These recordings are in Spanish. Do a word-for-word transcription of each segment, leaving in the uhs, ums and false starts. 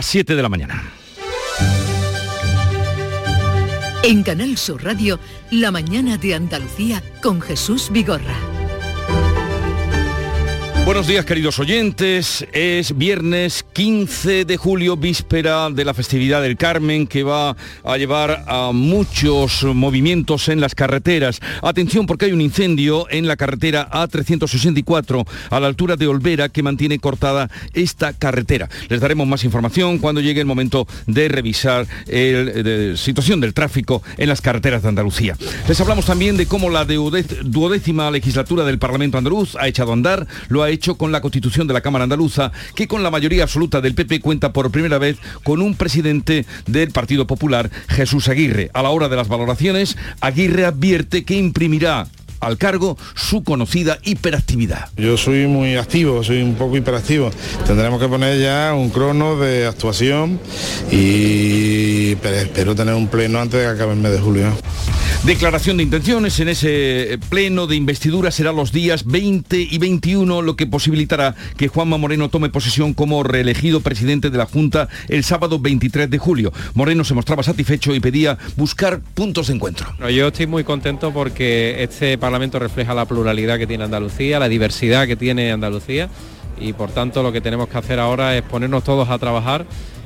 siete de la mañana. En Canal Sur Radio, La mañana de Andalucía con Jesús Vigorra. Buenos días, queridos oyentes. Es viernes quince de julio, víspera de la festividad del Carmen, que va a llevar a muchos movimientos en las carreteras. Atención, porque hay un incendio en la carretera A trescientos sesenta y cuatro, a la altura de Olvera, que mantiene cortada esta carretera. Les daremos más información cuando llegue el momento de revisar la situación del tráfico en las carreteras de Andalucía. Les hablamos también de cómo la duodécima legislatura del Parlamento andaluz ha echado a andar. Lo ha hecho con la constitución de la Cámara Andaluza, que con la mayoría absoluta del P P cuenta por primera vez con un presidente del Partido Popular, Jesús Aguirre. A la hora de las valoraciones, Aguirre advierte que imprimirá al cargo su conocida hiperactividad. Yo soy muy activo, soy un poco hiperactivo. Tendremos que poner ya un crono de actuación y espero tener un pleno antes de que acabe el mes de julio. Declaración de intenciones en ese pleno de investidura será los días veinte y veintiuno, lo que posibilitará que Juanma Moreno tome posesión como reelegido presidente de la Junta el sábado veintitrés de julio. Moreno se mostraba satisfecho y pedía buscar puntos de encuentro. Yo estoy muy contento porque este Parlamento refleja la pluralidad que tiene Andalucía, la diversidad que tiene Andalucía, y por tanto lo que tenemos que hacer ahora es ponernos todos a trabajar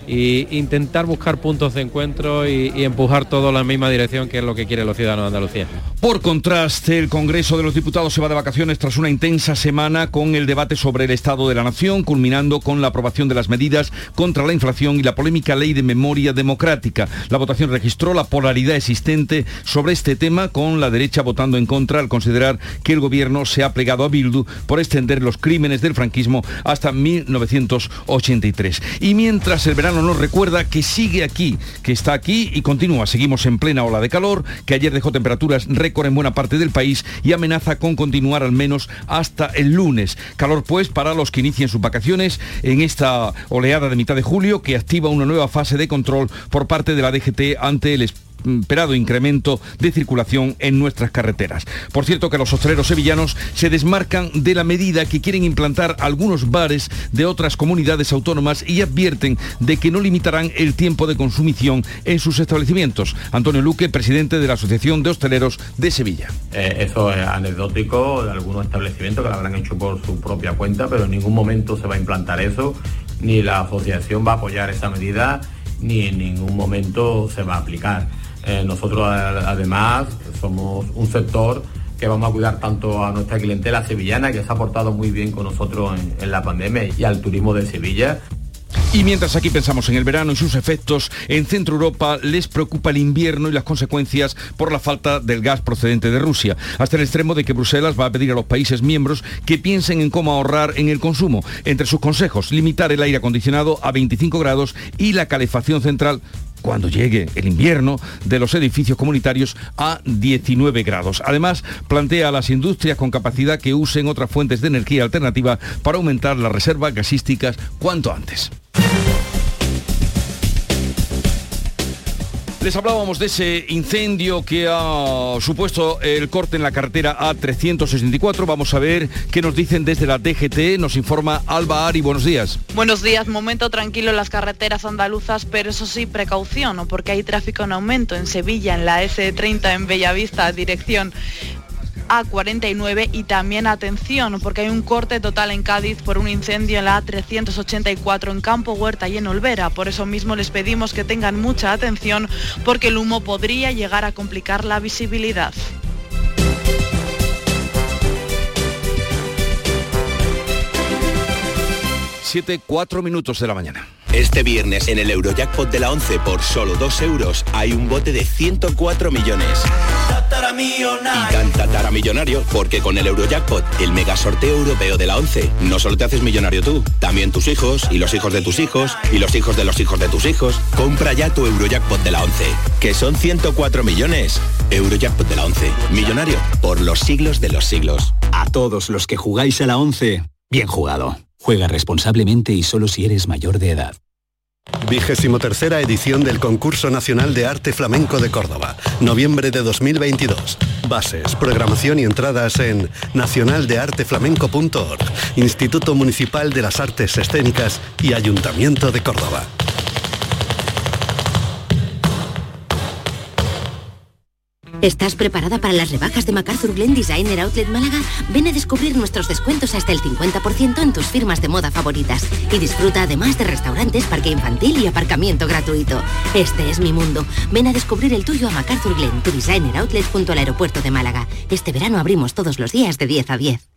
e intentar buscar puntos de encuentro y, y empujar todo en la misma dirección, que es lo que quieren los ciudadanos de Andalucía. Por contraste, el Congreso de los Diputados se va de vacaciones tras una intensa semana con el debate sobre el Estado de la Nación, culminando con la aprobación de las medidas contra la inflación y la polémica ley de memoria democrática. La votación registró la polaridad existente sobre este tema, con la derecha votando en contra al considerar que el gobierno se ha plegado a Bildu por extender los crímenes del franquismo hasta mil novecientos ochenta y tres. Y mientras el verano nos recuerda que sigue aquí, que está aquí y continúa, seguimos en plena ola de calor, que ayer dejó temperaturas récord en buena parte del país y amenaza con continuar al menos hasta el lunes. Calor pues para los que inicien sus vacaciones en esta oleada de mitad de julio, que activa una nueva fase de control por parte de la D G T ante el esperado incremento de circulación en nuestras carreteras. Por cierto, que los hosteleros sevillanos se desmarcan de la medida que quieren implantar algunos bares de otras comunidades autónomas y advierten de que no limitarán el tiempo de consumición en sus establecimientos. Antonio Luque, presidente de la Asociación de Hosteleros de Sevilla. Eh, eso es anecdótico de algunos establecimientos que lo habrán hecho por su propia cuenta, pero en ningún momento se va a implantar eso, ni la asociación va a apoyar esa medida, ni en ningún momento se va a aplicar. Eh, nosotros además somos un sector que vamos a cuidar tanto a nuestra clientela sevillana, que se ha portado muy bien con nosotros en, en la pandemia, y al turismo de Sevilla. Y mientras aquí pensamos en el verano y sus efectos, en Centro Europa les preocupa el invierno y las consecuencias por la falta del gas procedente de Rusia, hasta el extremo de que Bruselas va a pedir a los países miembros que piensen en cómo ahorrar en el consumo. Entre sus consejos, limitar el aire acondicionado a veinticinco grados y la calefacción central, cuando llegue el invierno, de los edificios comunitarios a diecinueve grados. Además, plantea a las industrias con capacidad que usen otras fuentes de energía alternativa para aumentar las reservas gasísticas cuanto antes. Les hablábamos de ese incendio que ha supuesto el corte en la carretera A trescientos sesenta y cuatro. Vamos a ver qué nos dicen desde la D G T. Nos informa Alba Ari. Buenos días. Buenos días. Momento tranquilo en las carreteras andaluzas, pero eso sí, precaución, ¿no? Porque hay tráfico en aumento en Sevilla, en la S treinta en Bellavista, dirección A cuarenta y nueve, y también atención porque hay un corte total en Cádiz por un incendio en la A trescientos ochenta y cuatro en Campo Huerta y en Olvera. Por eso mismo les pedimos que tengan mucha atención porque el humo podría llegar a complicar la visibilidad. siete, cuatro minutos de la mañana. Este viernes en el Eurojackpot de la once, por solo dos euros, hay un bote de ciento cuatro millones. Y tan tatara millonario, porque con el Eurojackpot, el mega sorteo europeo de la once, no solo te haces millonario tú, también tus hijos, y los hijos de tus hijos, y los hijos de los hijos de tus hijos. Compra ya tu Eurojackpot de la once, que son ciento cuatro millones. Eurojackpot de la once, millonario por los siglos de los siglos. A todos los que jugáis a la once, bien jugado. Juega responsablemente y solo si eres mayor de edad. Vigésimo tercera edición del Concurso Nacional de Arte Flamenco de Córdoba, noviembre de dos mil veintidós. Bases, programación y entradas en nacional de arte flamenco punto org, Instituto Municipal de las Artes Escénicas y Ayuntamiento de Córdoba. ¿Estás preparada para las rebajas de MacArthur Glen Designer Outlet Málaga? Ven a descubrir nuestros descuentos hasta el cincuenta por ciento en tus firmas de moda favoritas. Y disfruta además de restaurantes, parque infantil y aparcamiento gratuito. Este es mi mundo. Ven a descubrir el tuyo a MacArthur Glen, tu Designer Outlet junto al aeropuerto de Málaga. Este verano abrimos todos los días de diez a diez.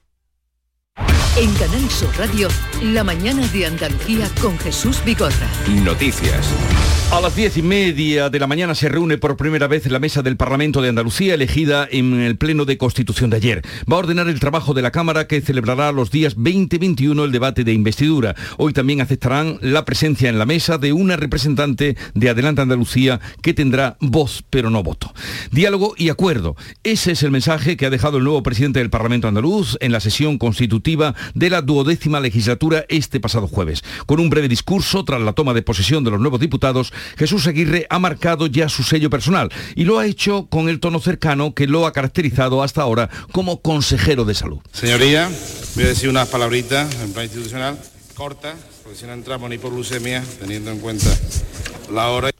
En Canal Sur Radio, la mañana de Andalucía con Jesús Vigorra. Noticias. A las diez y media de la mañana se reúne por primera vez la mesa del Parlamento de Andalucía, elegida en el Pleno de Constitución de ayer. Va a ordenar el trabajo de la Cámara, que celebrará los días veinte y veintiuno el debate de investidura. Hoy también aceptarán la presencia en la mesa de una representante de Adelante Andalucía, que tendrá voz pero no voto. Diálogo y acuerdo. Ese es el mensaje que ha dejado el nuevo presidente del Parlamento andaluz en la sesión constitutiva de la duodécima legislatura este pasado jueves. Con un breve discurso tras la toma de posesión de los nuevos diputados, Jesús Aguirre ha marcado ya su sello personal y lo ha hecho con el tono cercano que lo ha caracterizado hasta ahora como consejero de salud. Señoría, voy a decir unas palabritas en plan institucional, cortas, porque si no entramos ni por leucemia, teniendo en cuenta la hora.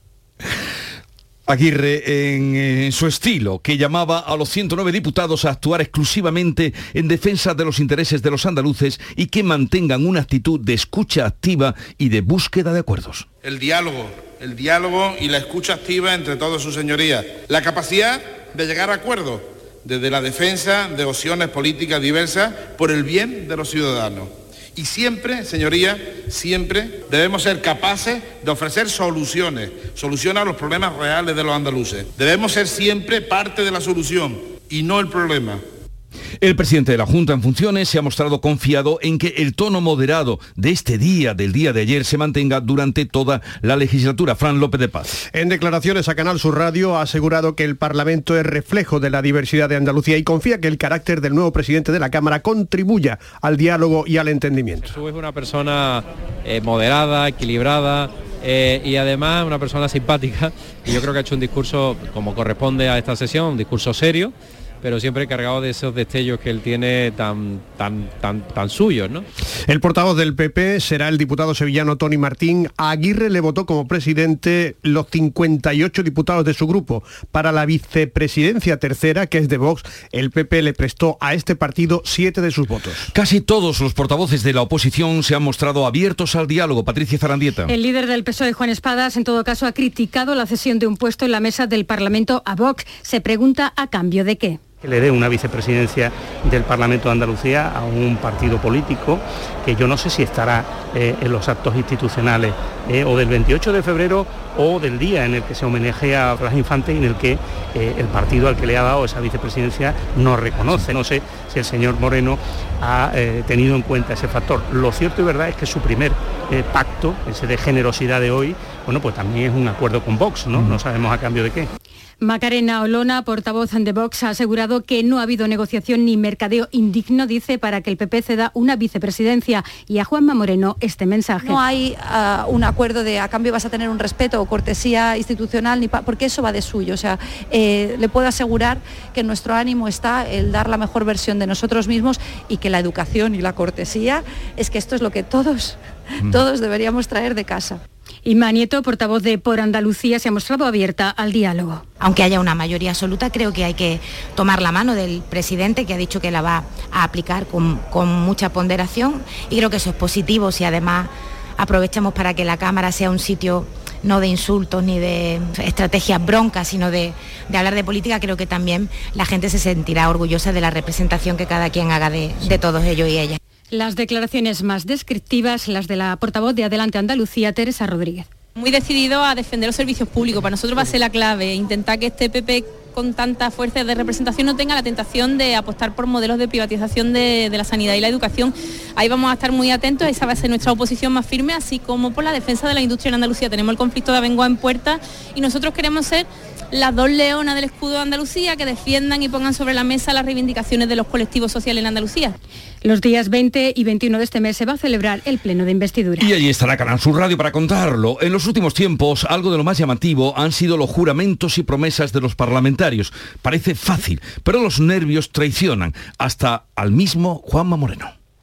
Aguirre, en, en su estilo, que llamaba a los ciento nueve diputados a actuar exclusivamente en defensa de los intereses de los andaluces y que mantengan una actitud de escucha activa y de búsqueda de acuerdos. El diálogo, el diálogo y la escucha activa entre todos sus señorías. La capacidad de llegar a acuerdos desde la defensa de opciones políticas diversas por el bien de los ciudadanos. Y siempre, señoría, siempre debemos ser capaces de ofrecer soluciones, soluciones a los problemas reales de los andaluces. Debemos ser siempre parte de la solución y no el problema. El presidente de la Junta en funciones se ha mostrado confiado en que el tono moderado de este día, del día de ayer, se mantenga durante toda la legislatura. Fran López de Paz. En declaraciones a Canal Sur Radio ha asegurado que el Parlamento es reflejo de la diversidad de Andalucía y confía que el carácter del nuevo presidente de la Cámara contribuya al diálogo y al entendimiento. Jesús es una persona eh, moderada, equilibrada, Eh, y además una persona simpática, y yo creo que ha hecho un discurso como corresponde a esta sesión, un discurso serio, pero siempre cargado de esos destellos que él tiene tan tan tan tan suyos, ¿no? El portavoz del P P será el diputado sevillano Tony Martín. A Aguirre le votó como presidente los cincuenta y ocho diputados de su grupo. Para la vicepresidencia tercera, que es de Vox, el P P le prestó a este partido siete de sus votos. Casi todos los portavoces de la oposición se han mostrado abiertos al diálogo. Patricia Zarandieta. El líder del P S O E, Juan Espadas, en todo caso ha criticado la cesión de un puesto en la mesa del Parlamento a Vox. Se pregunta a cambio de qué. Que le dé una vicepresidencia del Parlamento de Andalucía a un partido político que yo no sé si estará eh, en los actos institucionales eh, o del veintiocho de febrero o del día en el que se homenajea a Blas Infante y en el que eh, el partido al que le ha dado esa vicepresidencia no reconoce. No sé si el señor Moreno ha eh, tenido en cuenta ese factor. Lo cierto y verdad es que su primer eh, pacto, ese de generosidad de hoy, bueno, pues también es un acuerdo con Vox, ¿no? No sabemos a cambio de qué. Macarena Olona, portavoz de Vox, ha asegurado que no ha habido negociación ni mercadeo indigno, dice, para que el P P ceda una vicepresidencia. Y a Juanma Moreno este mensaje. No hay uh, un acuerdo de a cambio vas a tener un respeto o cortesía institucional, ni pa porque eso va de suyo. O sea, eh, le puedo asegurar que nuestro ánimo está el dar la mejor versión de nosotros mismos y que la educación y la cortesía es que esto es lo que todos, mm. todos deberíamos traer de casa. Inma Nieto, portavoz de Por Andalucía, se ha mostrado abierta al diálogo. Aunque haya una mayoría absoluta, creo que hay que tomar la mano del presidente, que ha dicho que la va a aplicar con, con mucha ponderación, y creo que eso es positivo si además aprovechamos para que la Cámara sea un sitio no de insultos ni de estrategias broncas, sino de, de hablar de política. Creo que también la gente se sentirá orgullosa de la representación que cada quien haga de, de todos ellos y ellas. Las declaraciones más descriptivas, las de la portavoz de Adelante Andalucía, Teresa Rodríguez. Muy decidido a defender los servicios públicos. Para nosotros va a ser la clave, intentar que este P P con tanta fuerza de representación no tenga la tentación de apostar por modelos de privatización de, de la sanidad y la educación. Ahí vamos a estar muy atentos, esa va a ser nuestra oposición más firme, así como por la defensa de la industria en Andalucía. Tenemos el conflicto de Abengoa en puerta y nosotros queremos ser las dos leonas del escudo de Andalucía, que defiendan y pongan sobre la mesa las reivindicaciones de los colectivos sociales en Andalucía. Los días veinte y veintiuno de este mes se va a celebrar el pleno de investidura. Y allí estará Canal Sur Radio para contarlo. En los últimos tiempos, algo de lo más llamativo han sido los juramentos y promesas de los parlamentarios. Parece fácil, pero los nervios traicionan hasta al mismo Juanma Moreno.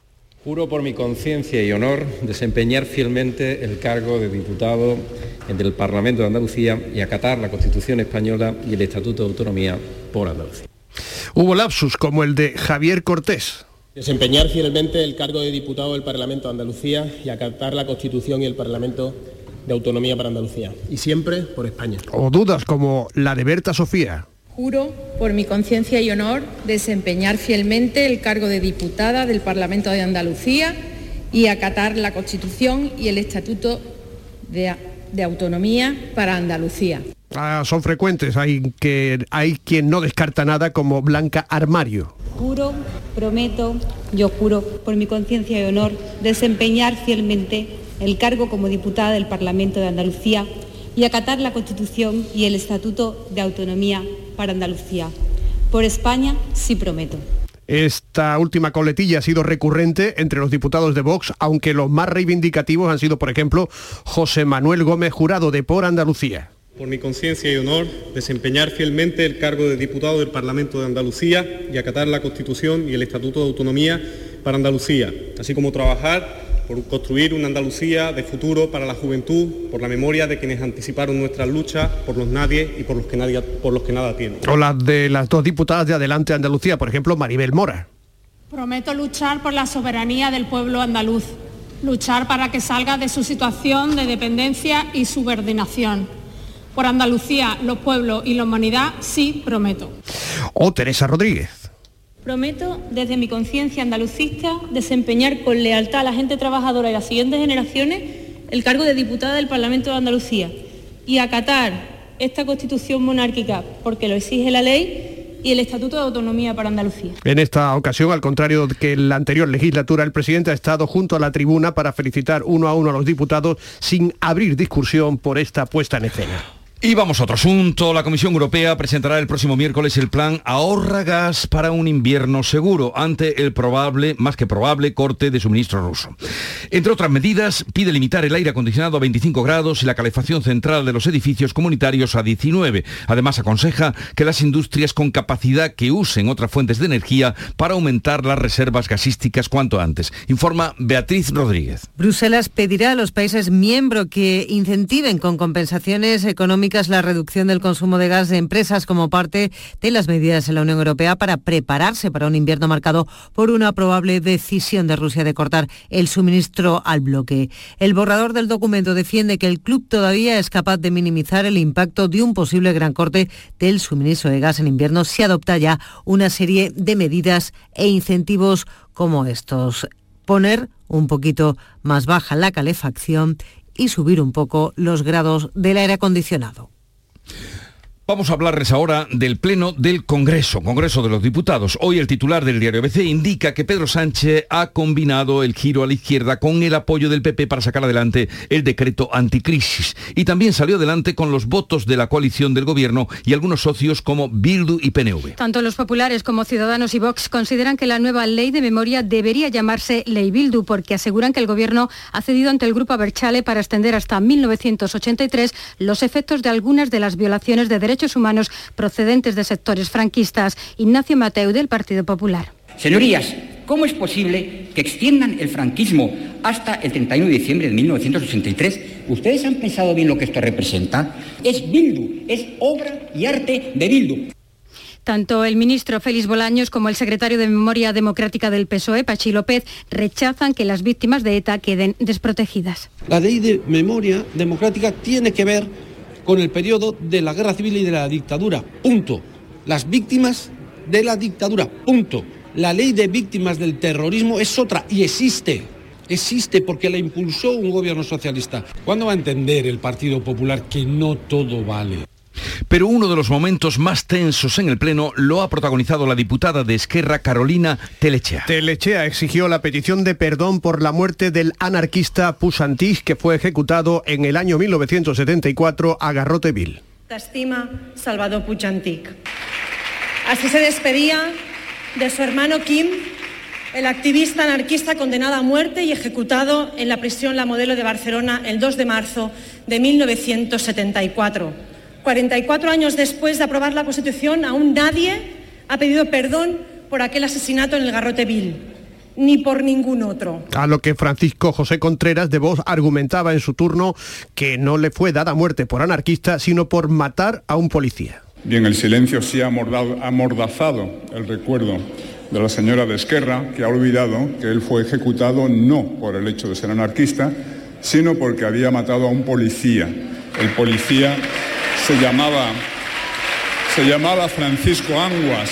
Juro por mi conciencia y honor desempeñar fielmente el cargo de diputado del Parlamento de Andalucía y acatar la Constitución española y el Estatuto de Autonomía por Andalucía. Hubo lapsus como el de Javier Cortés. Desempeñar fielmente el cargo de diputado del Parlamento de Andalucía y acatar la Constitución y el Parlamento de Autonomía para Andalucía. Y siempre por España. O dudas como la de Berta Sofía. Juro, por mi conciencia y honor, desempeñar fielmente el cargo de diputada del Parlamento de Andalucía y acatar la Constitución y el Estatuto de, de Autonomía para Andalucía. Ah, son frecuentes, hay, que, hay quien no descarta nada como Blanca Armario. Juro, prometo, yo juro, por mi conciencia y honor, desempeñar fielmente el cargo como diputada del Parlamento de Andalucía y acatar la Constitución y el Estatuto de Autonomía para Andalucía. Por España, sí prometo. Esta última coletilla ha sido recurrente entre los diputados de Vox, aunque los más reivindicativos han sido, por ejemplo, José Manuel Gómez Jurado, de Por Andalucía. Por mi conciencia y honor, desempeñar fielmente el cargo de diputado del Parlamento de Andalucía y acatar la Constitución y el Estatuto de Autonomía para Andalucía, así como trabajar por construir una Andalucía de futuro para la juventud, por la memoria de quienes anticiparon nuestras luchas, por los nadie y por los que, nadie, por los que nada tienen. O las de las dos diputadas de Adelante Andalucía, por ejemplo, Maribel Mora. Prometo luchar por la soberanía del pueblo andaluz, luchar para que salga de su situación de dependencia y subordinación. Por Andalucía, los pueblos y la humanidad, sí prometo. O Teresa Rodríguez. Prometo, desde mi conciencia andalucista, desempeñar con lealtad a la gente trabajadora y las siguientes generaciones el cargo de diputada del Parlamento de Andalucía y acatar esta Constitución monárquica, porque lo exige la ley, y el Estatuto de Autonomía para Andalucía. En esta ocasión, al contrario que en la anterior legislatura, el presidente ha estado junto a la tribuna para felicitar uno a uno a los diputados sin abrir discusión por esta puesta en escena. Y vamos a otro asunto. La Comisión Europea presentará el próximo miércoles el plan Ahorra Gas para un invierno seguro ante el probable, más que probable, corte de suministro ruso. Entre otras medidas, pide limitar el aire acondicionado a veinticinco grados y la calefacción central de los edificios comunitarios a diecinueve. Además, aconseja que las industrias con capacidad que usen otras fuentes de energía para aumentar las reservas gasísticas cuanto antes. Informa Beatriz Rodríguez. Bruselas pedirá a los países miembros que incentiven con compensaciones económicas la reducción del consumo de gas de empresas como parte de las medidas en la Unión Europea para prepararse para un invierno marcado por una probable decisión de Rusia de cortar el suministro al bloque. El borrador del documento defiende que el club todavía es capaz de minimizar el impacto de un posible gran corte del suministro de gas en invierno si adopta ya una serie de medidas e incentivos como estos. Poner un poquito más baja la calefacción y subir un poco los grados del aire acondicionado. Vamos a hablarles ahora del Pleno del Congreso, Congreso de los Diputados. Hoy el titular del diario A B C indica que Pedro Sánchez ha combinado el giro a la izquierda con el apoyo del P P para sacar adelante el decreto anticrisis. Y también salió adelante con los votos de la coalición del Gobierno y algunos socios como Bildu y P N V. Tanto los populares como Ciudadanos y Vox consideran que la nueva ley de memoria debería llamarse Ley Bildu porque aseguran que el Gobierno ha cedido ante el Grupo Abertzale para extender hasta mil novecientos ochenta y tres los efectos de algunas de las violaciones de derechos humanos procedentes de sectores franquistas. Ignacio Mateu, del Partido Popular. Señorías, ¿cómo es posible que extiendan el franquismo hasta el treinta y uno de diciembre de mil novecientos ochenta y tres? ¿Ustedes han pensado bien lo que esto representa? Es Bildu, es obra y arte de Bildu. Tanto el ministro Félix Bolaños como el secretario de Memoria Democrática del P S O E, Pachi López, rechazan que las víctimas de ETA queden desprotegidas. La ley de memoria democrática tiene que ver con el periodo de la guerra civil y de la dictadura, punto. Las víctimas de la dictadura, punto. La ley de víctimas del terrorismo es otra y existe, existe porque la impulsó un gobierno socialista. ¿Cuándo va a entender el Partido Popular que no todo vale? Pero uno de los momentos más tensos en el Pleno lo ha protagonizado la diputada de Esquerra, Carolina Telechea. Telechea exigió la petición de perdón por la muerte del anarquista Puig, que fue ejecutado en el año mil novecientos setenta y cuatro a Garrote Vil. T'estima Salvador Puig. Así se despedía de su hermano Quim, el activista anarquista condenado a muerte y ejecutado en la prisión La Modelo de Barcelona el dos de marzo de mil novecientos setenta y cuatro. cuarenta y cuatro años después de aprobar la Constitución, aún nadie ha pedido perdón por aquel asesinato en el Garrote Vil. ni por ningún otro. A lo que Francisco José Contreras de Vox argumentaba en su turno que no le fue dada muerte por anarquista, sino por matar a un policía. Bien, el silencio sí ha amordazado el recuerdo de la señora de Esquerra, que ha olvidado que él fue ejecutado no por el hecho de ser anarquista, sino porque había matado a un policía. El policía se llamaba, se llamaba Francisco Anguas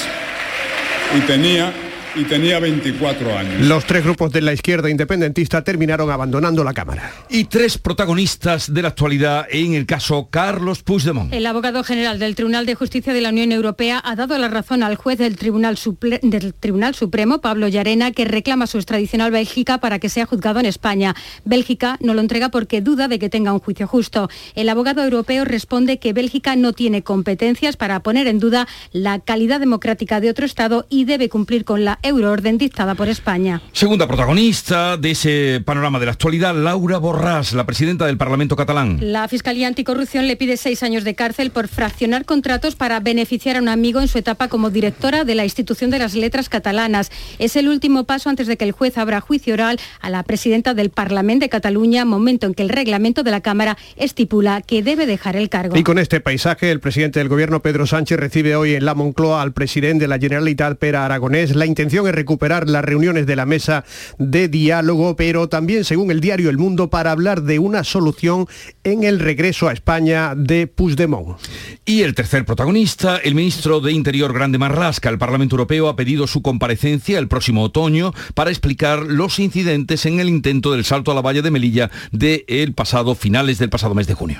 y tenía... y tenía veinticuatro años. Los tres grupos de la izquierda independentista terminaron abandonando la Cámara. Y tres protagonistas de la actualidad en el caso Carlos Puigdemont. El abogado general del Tribunal de Justicia de la Unión Europea ha dado la razón al juez del Tribunal, Suple- del Tribunal Supremo, Pablo Llarena, que reclama su extradición a Bélgica para que sea juzgado en España. Bélgica no lo entrega porque duda de que tenga un juicio justo. El abogado europeo responde que Bélgica no tiene competencias para poner en duda la calidad democrática de otro Estado y debe cumplir con la euroorden dictada por España. Segunda protagonista de ese panorama de la actualidad, Laura Borràs, la presidenta del Parlamento catalán. La Fiscalía Anticorrupción le pide seis años de cárcel por fraccionar contratos para beneficiar a un amigo en su etapa como directora de la Institución de las Letras Catalanas. Es el último paso antes de que el juez abra juicio oral a la presidenta del Parlamento de Cataluña, momento en que el reglamento de la Cámara estipula que debe dejar el cargo. Y con este paisaje, el presidente del Gobierno, Pedro Sánchez, recibe hoy en la Moncloa al presidente de la Generalitat, Pere Aragonès. La intención es recuperar las reuniones de la mesa de diálogo, pero también, según el diario El Mundo, para hablar de una solución en el regreso a España de Puigdemont. Y el tercer protagonista, el ministro de Interior, Grande Marlaska. El Parlamento Europeo ha pedido su comparecencia el próximo otoño para explicar los incidentes en el intento del salto a la valla de Melilla de el pasado finales del pasado mes de junio.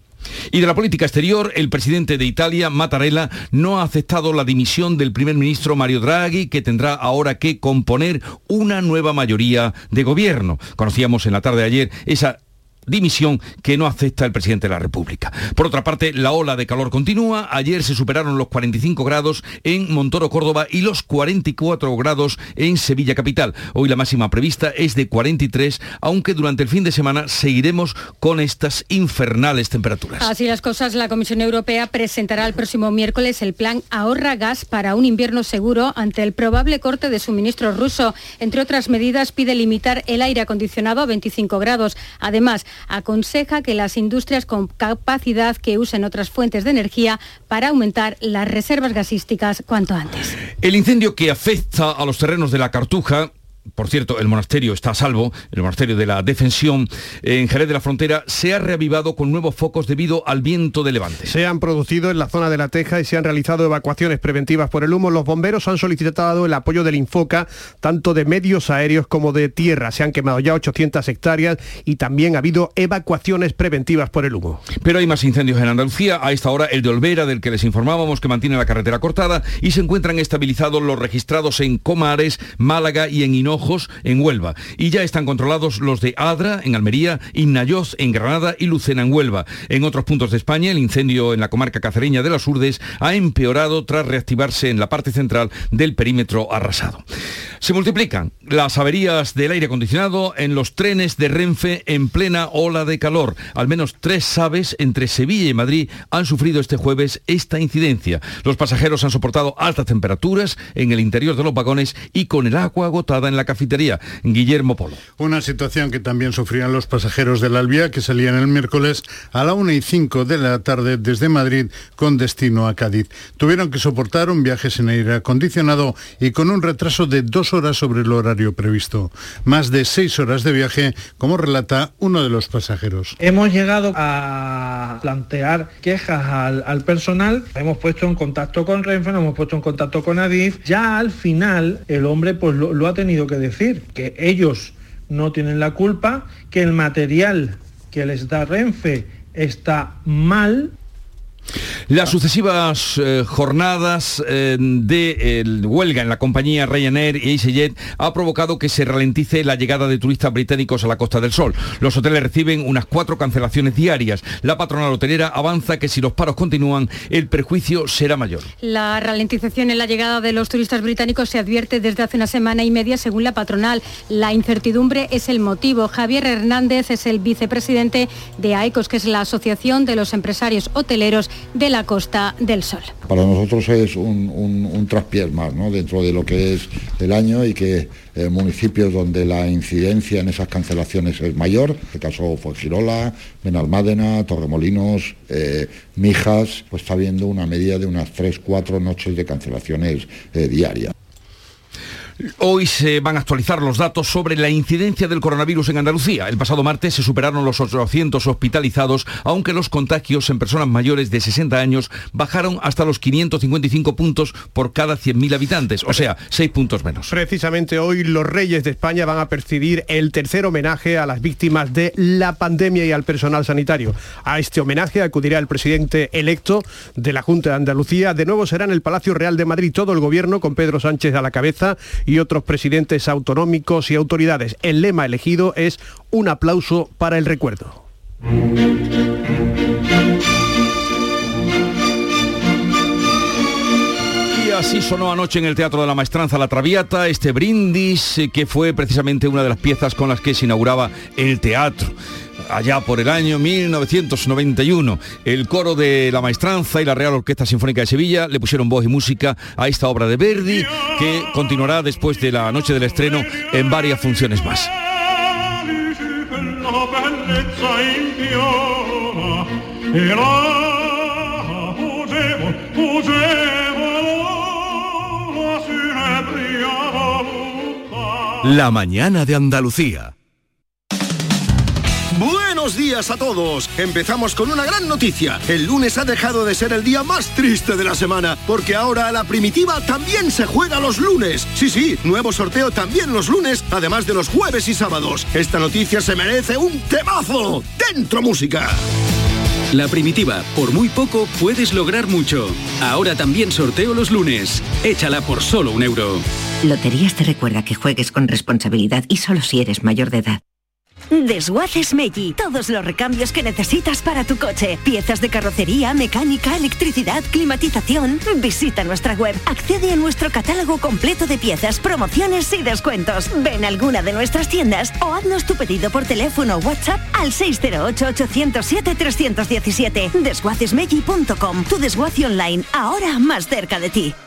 Y de la política exterior, el presidente de Italia, Mattarella, no ha aceptado la dimisión del primer ministro Mario Draghi, que tendrá ahora que componer una nueva mayoría de gobierno. Conocíamos en la tarde de ayer esa dimisión que no acepta el presidente de la República. Por otra parte, la ola de calor continúa. Ayer se superaron los cuarenta y cinco grados en Montoro, Córdoba, y los cuarenta y cuatro grados en Sevilla capital. Hoy la máxima prevista es de cuarenta y tres, aunque durante el fin de semana seguiremos con estas infernales temperaturas. Así las cosas, la Comisión Europea presentará el próximo miércoles el plan Ahorra Gas para un invierno seguro ante el probable corte de suministro ruso. Entre otras medidas, pide limitar el aire acondicionado a veinticinco grados. Además, aconseja que las industrias con capacidad que usen otras fuentes de energía para aumentar las reservas gasísticas cuanto antes. El incendio que afecta a los terrenos de la Cartuja, por cierto, el monasterio está a salvo, el monasterio de la Defensión en Jerez de la Frontera, se ha reavivado con nuevos focos debido al viento de levante. Se han producido en la zona de La Teja y se han realizado evacuaciones preventivas por el humo. Los bomberos han solicitado el apoyo del Infoca, tanto de medios aéreos como de tierra. Se han quemado ya ochocientas hectáreas y también ha habido evacuaciones preventivas por el humo. Pero hay más incendios en Andalucía. A esta hora el de Olvera, del que les informábamos, que mantiene la carretera cortada, y se encuentran estabilizados los registrados en Comares, Málaga y en Hinojo, en Huelva, y ya están controlados los de Adra en Almería, Innayoz en Granada y Lucena en Huelva. En otros puntos de España, el incendio en la comarca cacereña de las Urdes ha empeorado tras reactivarse en la parte central del perímetro arrasado. Se multiplican las averías del aire acondicionado en los trenes de Renfe en plena ola de calor. Al menos tres aves entre Sevilla y Madrid han sufrido este jueves esta incidencia. Los pasajeros han soportado altas temperaturas en el interior de los vagones y con el agua agotada en la cafetería. Guillermo Polo. Una situación que también sufrían los pasajeros del Alvia, que salían el miércoles a la una y cinco de la tarde desde Madrid con destino a Cádiz. Tuvieron que soportar un viaje sin aire acondicionado y con un retraso de dos horas sobre el horario previsto. Más de seis horas de viaje, como relata uno de los pasajeros. Hemos llegado a plantear quejas al, al personal, hemos puesto en contacto con Renfe, nos hemos puesto en contacto con Adif. Ya al final el hombre pues lo, lo ha tenido que decir, que ellos no tienen la culpa, que el material que les da Renfe está mal. Las sucesivas eh, jornadas eh, de eh, huelga en la compañía Ryanair y EasyJet ha provocado que se ralentice la llegada de turistas británicos a la Costa del Sol. Los hoteles reciben unas cuatro cancelaciones diarias. La patronal hotelera avanza que si los paros continúan, el perjuicio será mayor. La ralentización en la llegada de los turistas británicos se advierte desde hace una semana y media, según la patronal. La incertidumbre es el motivo. Javier Hernández es el vicepresidente de AECOS, que es la Asociación de los Empresarios Hoteleros de la la Costa del Sol. Para nosotros es un, un, un traspiés más, ¿no?, dentro de lo que es el año, y que eh, municipios donde la incidencia en esas cancelaciones es mayor, en este caso fue Girola, Benalmádena, Torremolinos, eh, Mijas, pues está habiendo una media de unas tres, cuatro noches de cancelaciones eh, diarias. Hoy se van a actualizar los datos sobre la incidencia del coronavirus en Andalucía. El pasado martes se superaron los ochocientos hospitalizados, aunque los contagios en personas mayores de sesenta años bajaron hasta los quinientos cincuenta y cinco puntos por cada cien mil habitantes, o sea, seis puntos menos. Precisamente hoy los Reyes de España van a percibir el tercer homenaje a las víctimas de la pandemia y al personal sanitario. A este homenaje acudirá el presidente electo de la Junta de Andalucía. De nuevo será en el Palacio Real de Madrid todo el gobierno, con Pedro Sánchez a la cabeza y otros presidentes autonómicos y autoridades. El lema elegido es un aplauso para el recuerdo. Y así sonó anoche en el Teatro de la Maestranza La Traviata, este brindis que fue precisamente una de las piezas con las que se inauguraba el teatro. Allá por el año mil novecientos noventa y uno, el coro de La Maestranza y la Real Orquesta Sinfónica de Sevilla le pusieron voz y música a esta obra de Verdi, que continuará después de la noche del estreno en varias funciones más. La mañana de Andalucía. Buenos días a todos. Empezamos con una gran noticia. El lunes ha dejado de ser el día más triste de la semana, porque ahora la Primitiva también se juega los lunes. Sí, sí, nuevo sorteo también los lunes, además de los jueves y sábados. Esta noticia se merece un temazo. ¡Dentro música! La Primitiva, por muy poco puedes lograr mucho. Ahora también sorteo los lunes. Échala por solo un euro. Loterías te recuerda que juegues con responsabilidad y solo si eres mayor de edad. Desguaces Meggi. Todos los recambios que necesitas para tu coche. Piezas de carrocería, mecánica, electricidad, climatización. Visita nuestra web. Accede a nuestro catálogo completo de piezas, promociones y descuentos. Ven a alguna de nuestras tiendas o haznos tu pedido por teléfono o WhatsApp al seis cero ocho, ocho cero siete, tres uno siete. desguaces meggi punto com. Tu desguace online, ahora más cerca de ti.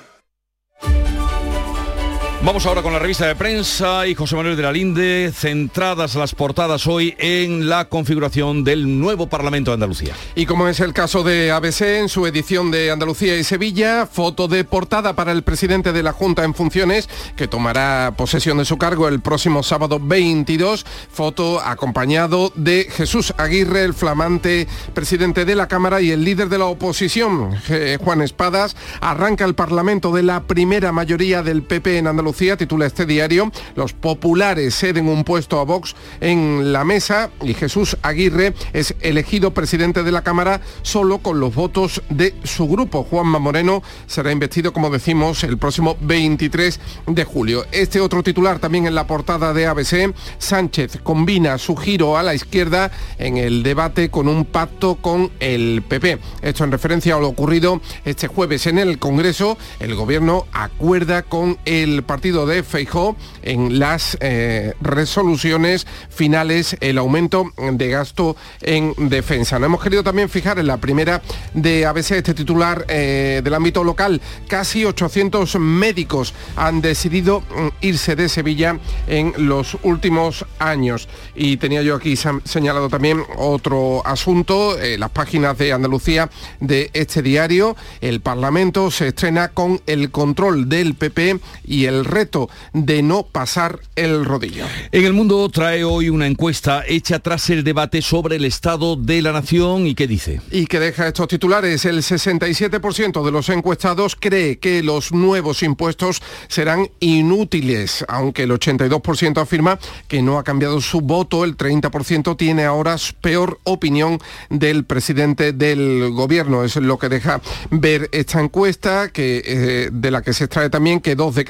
Vamos ahora con la revista de prensa y José Manuel de la Linde, centradas las portadas hoy en la configuración del nuevo Parlamento de Andalucía. Y como es el caso de A B C, en su edición de Andalucía y Sevilla, foto de portada para el presidente de la Junta en funciones, que tomará posesión de su cargo el próximo sábado veintidós, foto acompañado de Jesús Aguirre, el flamante presidente de la Cámara y el líder de la oposición, Juan Espadas. Arranca el Parlamento de la primera mayoría del P P en Andalucía. Titula este diario. Los populares ceden un puesto a Vox en la mesa y Jesús Aguirre es elegido presidente de la Cámara solo con los votos de su grupo. Juanma Moreno será investido, como decimos, el próximo veintitrés de julio. Este otro titular también en la portada de A B C. Sánchez combina su giro a la izquierda en el debate con un pacto con el P P. Esto en referencia a lo ocurrido este jueves en el Congreso. El gobierno acuerda con el partido de Feijóo en las eh, resoluciones finales el aumento de gasto en defensa. Nos hemos querido también fijar en la primera de A B C, este titular eh, del ámbito local. Casi ochocientos médicos han decidido irse de Sevilla en los últimos años. Y tenía yo aquí señalado también otro asunto, eh, las páginas de Andalucía de este diario. El Parlamento se estrena con el control del P P y el reto de no pasar el rodillo. En El Mundo trae hoy una encuesta hecha tras el debate sobre el estado de la nación. ¿Y qué dice? Y que deja estos titulares. El sesenta y siete por ciento de los encuestados cree que los nuevos impuestos serán inútiles, aunque el ochenta y dos por ciento afirma que no ha cambiado su voto. El treinta por ciento tiene ahora peor opinión del presidente del gobierno. Es lo que deja ver esta encuesta, que, eh, de la que se extrae también que dos de cada tres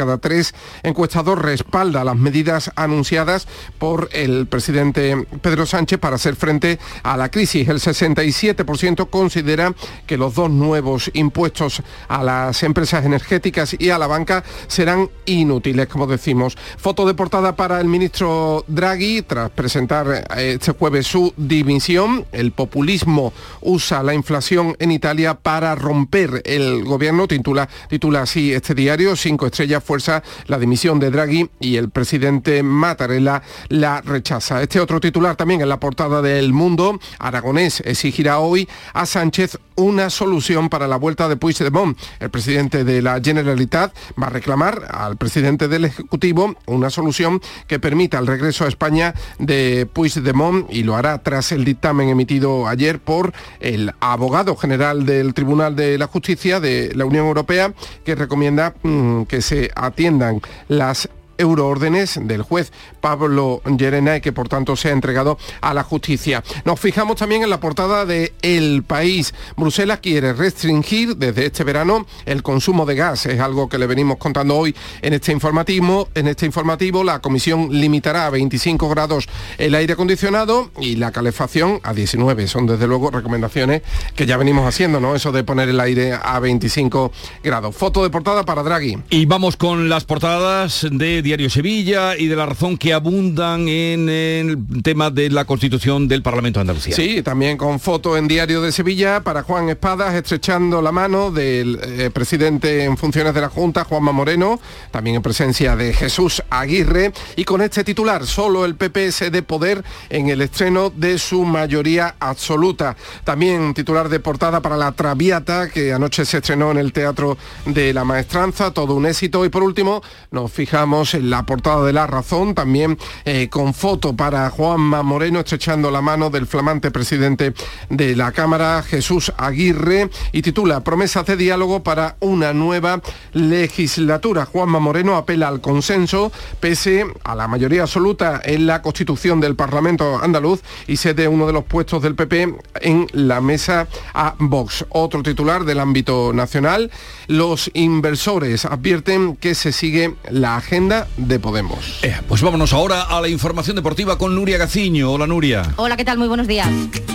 país encuestador respalda las medidas anunciadas por el presidente Pedro Sánchez para hacer frente a la crisis. El sesenta y siete por ciento considera que los dos nuevos impuestos a las empresas energéticas y a la banca serán inútiles, como decimos. Foto de portada para el ministro Draghi tras presentar este jueves su dimisión. El populismo usa la inflación en Italia para romper el gobierno, titula, titula así este diario. Cinco estrellas fuerza la dimisión de Draghi y el presidente Mattarella la rechaza. Este otro titular también en la portada del Mundo. Aragonés exigirá hoy a Sánchez una solución para la vuelta de Puigdemont. El presidente de la Generalitat va a reclamar al presidente del Ejecutivo una solución que permita el regreso a España de Puigdemont, y lo hará tras el dictamen emitido ayer por el abogado general del Tribunal de la Justicia de la Unión Europea, que recomienda mmm, que se atiendan las euroórdenes del juez Pablo Llerena y que por tanto se ha entregado a la justicia. Nos fijamos también en la portada de El País. Bruselas quiere restringir desde este verano el consumo de gas. Es algo que le venimos contando hoy en este informativo. En este informativo la Comisión limitará a veinticinco grados el aire acondicionado y la calefacción a diecinueve. Son desde luego recomendaciones que ya venimos haciendo, ¿no? Eso de poner el aire a veinticinco grados. Foto de portada para Draghi. Y vamos con las portadas de Diario Sevilla y de La Razón, que abundan en el tema de la Constitución del Parlamento de Andalucía. Sí, también con foto en Diario de Sevilla para Juan Espadas, estrechando la mano del eh, presidente en funciones de la Junta, Juanma Moreno, también en presencia de Jesús Aguirre, y con este titular: solo el P P se dé poder en el estreno de su mayoría absoluta. También titular de portada para La Traviata, que anoche se estrenó en el Teatro de la Maestranza, todo un éxito. Y por último nos fijamos en la portada de La Razón, también eh, con foto para Juanma Moreno estrechando la mano del flamante presidente de la Cámara, Jesús Aguirre, y titula: promesas de diálogo para una nueva legislatura. Juanma Moreno apela al consenso pese a la mayoría absoluta en la Constitución del Parlamento andaluz y cede uno de los puestos del P P en la mesa a Vox. Otro titular del ámbito nacional: los inversores advierten que se sigue la agenda de Podemos. Eh, pues vámonos ahora a la información deportiva con Nuria Gaciño. Hola, Nuria. Hola, ¿qué tal? Muy buenos días.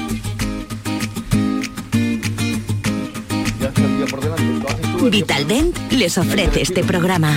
Vitaldent les ofrece este programa.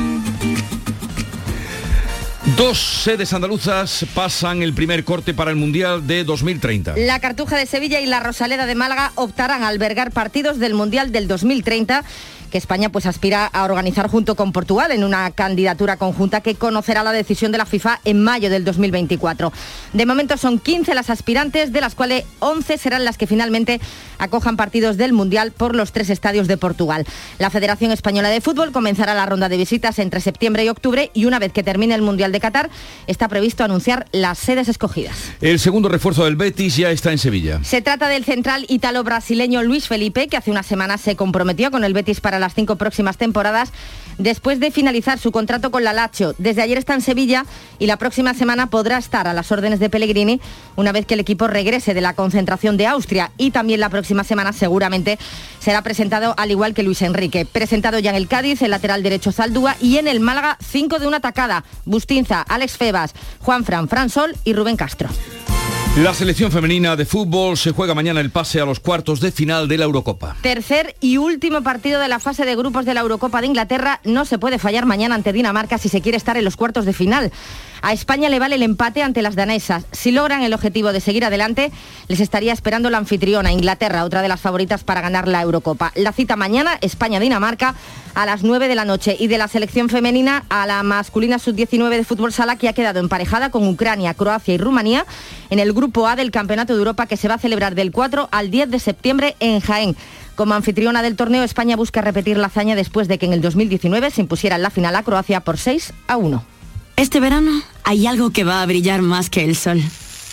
Dos sedes andaluzas pasan el primer corte para el Mundial de dos mil treinta. La Cartuja de Sevilla y la Rosaleda de Málaga optarán a albergar partidos del Mundial del dos mil treinta, que España pues aspira a organizar junto con Portugal en una candidatura conjunta que conocerá la decisión de la FIFA en mayo del dos mil veinticuatro. De momento son quince las aspirantes, de las cuales once serán las que finalmente acojan partidos del Mundial por los tres estadios de Portugal. La Federación Española de Fútbol comenzará la ronda de visitas entre septiembre y octubre, y una vez que termine el Mundial de Qatar está previsto anunciar las sedes escogidas. El segundo refuerzo del Betis ya está en Sevilla. Se trata del central ítalo-brasileño Luis Felipe, que hace unas semanas se comprometió con el Betis para las cinco próximas temporadas después de finalizar su contrato con la Lazio. Desde ayer está en Sevilla y la próxima semana podrá estar a las órdenes de Pellegrini una vez que el equipo regrese de la concentración de Austria, y también la próxima semana seguramente será presentado, al igual que Luis Enrique. Presentado ya en el Cádiz el lateral derecho Zaldúa, y en el Málaga cinco de una tacada: Bustinza, Alex Febas, Juanfran, Fran Sol y Rubén Castro. La selección femenina de fútbol se juega mañana el pase a los cuartos de final de la Eurocopa. Tercer y último partido de la fase de grupos de la Eurocopa de Inglaterra. No se puede fallar mañana ante Dinamarca si se quiere estar en los cuartos de final. A España le vale el empate ante las danesas. Si logran el objetivo de seguir adelante, les estaría esperando la anfitriona, Inglaterra, otra de las favoritas para ganar la Eurocopa. La cita mañana, España-Dinamarca, a las nueve de la noche. Y de la selección femenina, a la masculina sub diecinueve de fútbol sala, que ha quedado emparejada con Ucrania, Croacia y Rumanía en el Grupo A del Campeonato de Europa, que se va a celebrar del cuatro al diez de septiembre en Jaén. Como anfitriona del torneo, España busca repetir la hazaña después de que en el dos mil diecinueve se impusiera en la final a Croacia por seis a uno. Este verano hay algo que va a brillar más que el sol.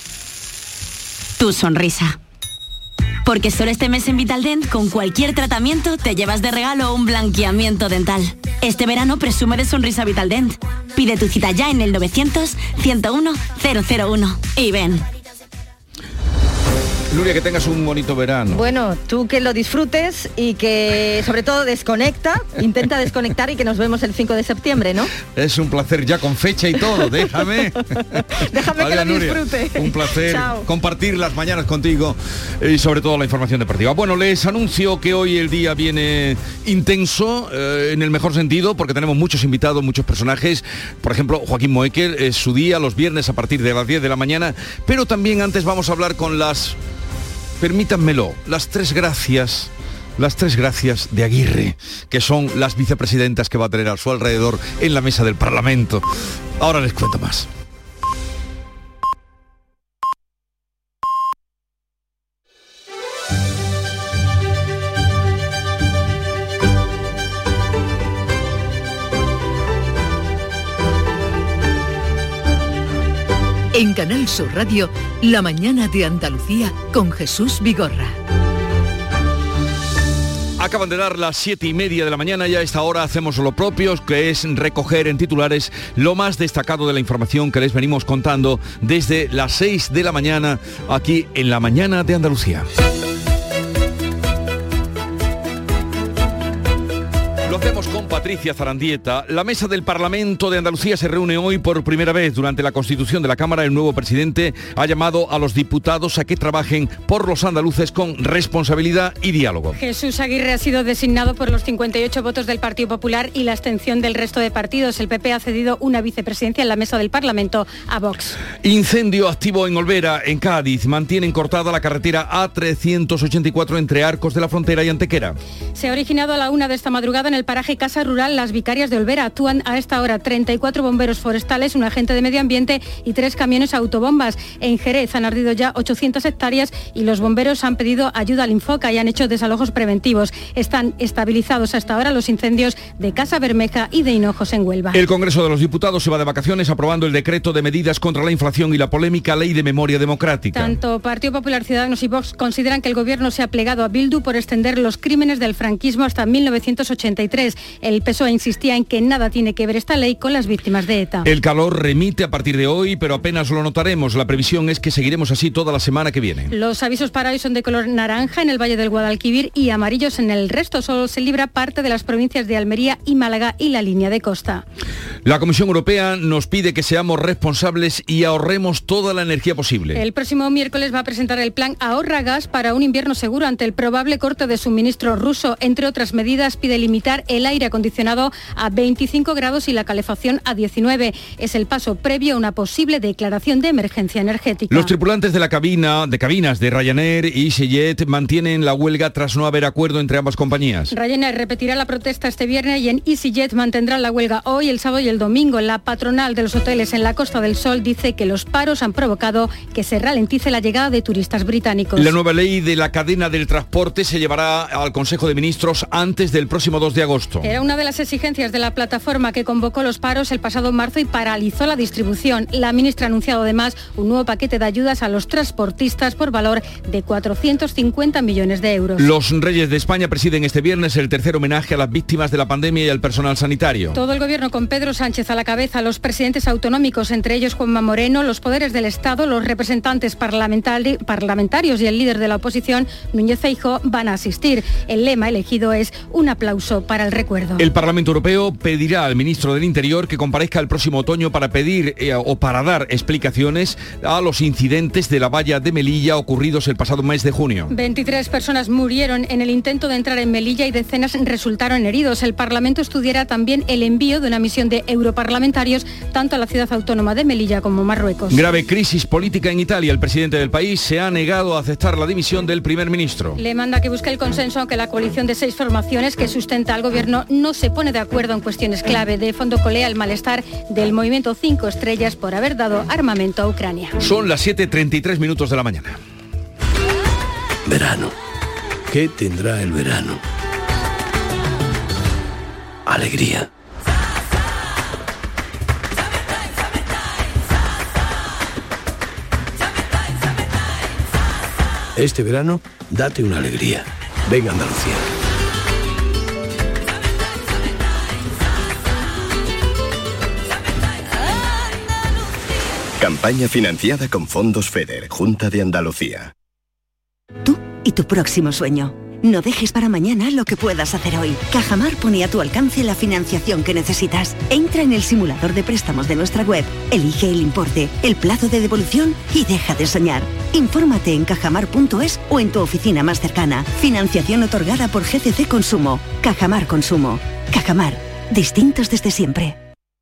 Tu sonrisa. Porque solo este mes en Vitaldent, con cualquier tratamiento, te llevas de regalo un blanqueamiento dental. Este verano presume de sonrisa Vitaldent. Pide tu cita ya en el novecientos, ciento uno, cero cero uno y ven. Nuria, que tengas un bonito verano. Bueno, tú que lo disfrutes y que sobre todo desconecta, intenta desconectar y que nos vemos el cinco de septiembre, ¿no? Es un placer ya con fecha y todo, déjame. Déjame Vale, que lo Nuria, disfrute. un placer Chao. compartir las mañanas contigo y sobre todo la información deportiva. Bueno, les anuncio que hoy el día viene intenso, eh, en el mejor sentido, porque tenemos muchos invitados, muchos personajes. Por ejemplo, Joaquín Moekel, es su día, los viernes a partir de las diez de la mañana, pero también antes vamos a hablar con las, permítanmelo, las tres gracias, las tres gracias de Aguirre, que son las vicepresidentas que va a tener a su alrededor en la mesa del Parlamento. Ahora les cuento más. En Canal Sur Radio, La mañana de Andalucía con Jesús Vigorra. Acaban de dar las siete y media de la mañana y a esta hora hacemos lo propio, que es recoger en titulares lo más destacado de la información que les venimos contando desde las seis de la mañana aquí en La mañana de Andalucía. Lo hacemos con Patricia Zarandieta. La mesa del Parlamento de Andalucía se reúne hoy por primera vez. Durante la constitución de la Cámara, el nuevo presidente ha llamado a los diputados a que trabajen por los andaluces con responsabilidad y diálogo. Jesús Aguirre ha sido designado por los cincuenta y ocho votos del Partido Popular y la abstención del resto de partidos. El P P ha cedido una vicepresidencia en la mesa del Parlamento a Vox. Incendio activo en Olvera, en Cádiz. Mantienen cortada la carretera A trescientos ochenta y cuatro entre Arcos de la Frontera y Antequera. Se ha originado a la una de esta madrugada en el paraje Casa Rural Las Vicarias de Olvera. Actúan a esta hora treinta y cuatro bomberos forestales, un agente de medio ambiente y tres camiones autobombas. En Jerez han ardido ya ochocientas hectáreas y los bomberos han pedido ayuda al Infoca y han hecho desalojos preventivos. Están estabilizados hasta ahora los incendios de Casa Bermeja y de Hinojos en Huelva. El Congreso de los Diputados se va de vacaciones aprobando el decreto de medidas contra la inflación y la polémica Ley de Memoria Democrática. Tanto Partido Popular, Ciudadanos y Vox consideran que el Gobierno se ha plegado a Bildu por extender los crímenes del franquismo hasta mil novecientos ochenta y tres. El P S O E insistía en que nada tiene que ver esta ley con las víctimas de ETA. El calor remite a partir de hoy, pero apenas lo notaremos. La previsión es que seguiremos así toda la semana que viene. Los avisos para hoy son de color naranja en el Valle del Guadalquivir y amarillos en el resto. Solo se libra parte de las provincias de Almería y Málaga y la línea de costa. La Comisión Europea nos pide que seamos responsables y ahorremos toda la energía posible. El próximo miércoles va a presentar el plan Ahorra Gas para un invierno seguro ante el probable corte de suministro ruso. Entre otras medidas, pide limitar el aire acondicionado a veinticinco grados y la calefacción a diecinueve. Es el paso previo a una posible declaración de emergencia energética. Los tripulantes de la cabina, de cabinas de Ryanair y EasyJet mantienen la huelga tras no haber acuerdo entre ambas compañías. Ryanair repetirá la protesta este viernes y en EasyJet mantendrán la huelga hoy, el sábado y el domingo. La patronal de los hoteles en la Costa del Sol dice que los paros han provocado que se ralentice la llegada de turistas británicos. La nueva ley de la cadena del transporte se llevará al Consejo de Ministros antes del próximo dos de agosto. Era una de las exigencias de la plataforma que convocó los paros el pasado marzo y paralizó la distribución. La ministra ha anunciado además un nuevo paquete de ayudas a los transportistas por valor de cuatrocientos cincuenta millones de euros. Los Reyes de España presiden este viernes el tercer homenaje a las víctimas de la pandemia y al personal sanitario. Todo el gobierno con Pedro Sánchez a la cabeza, los presidentes autonómicos, entre ellos Juanma Moreno, los poderes del Estado, los representantes parlamentari- parlamentarios y el líder de la oposición, Núñez Feijóo, van a asistir. El lema elegido es un aplauso para el recuerdo. El Parlamento Europeo pedirá al ministro del Interior que comparezca el próximo otoño para pedir eh, o para dar explicaciones a los incidentes de la valla de Melilla ocurridos el pasado mes de junio. veintitrés personas murieron en el intento de entrar en Melilla y decenas resultaron heridos. El Parlamento estudiará también el envío de una misión de europarlamentarios tanto a la ciudad autónoma de Melilla como Marruecos. Grave crisis política en Italia. El presidente del país se ha negado a aceptar la dimisión del primer ministro. Le manda que busque el consenso, aunque la coalición de seis formaciones que sustenta al gobierno no se pone de acuerdo en cuestiones clave. De fondo colea el malestar del movimiento Cinco Estrellas por haber dado armamento a Ucrania. Son las siete y treinta y tres minutos de la mañana. Verano. ¿Qué tendrá el verano? Alegría. Este verano, date una alegría. Venga Andalucía. Campaña financiada con fondos FEDER, Junta de Andalucía. Tú y tu próximo sueño. No dejes para mañana lo que puedas hacer hoy. Cajamar pone a tu alcance la financiación que necesitas. Entra en el simulador de préstamos de nuestra web, elige el importe, el plazo de devolución y deja de soñar. Infórmate en cajamar punto es o en tu oficina más cercana. Financiación otorgada por G C C Consumo. Cajamar Consumo. Cajamar. Distintos desde siempre.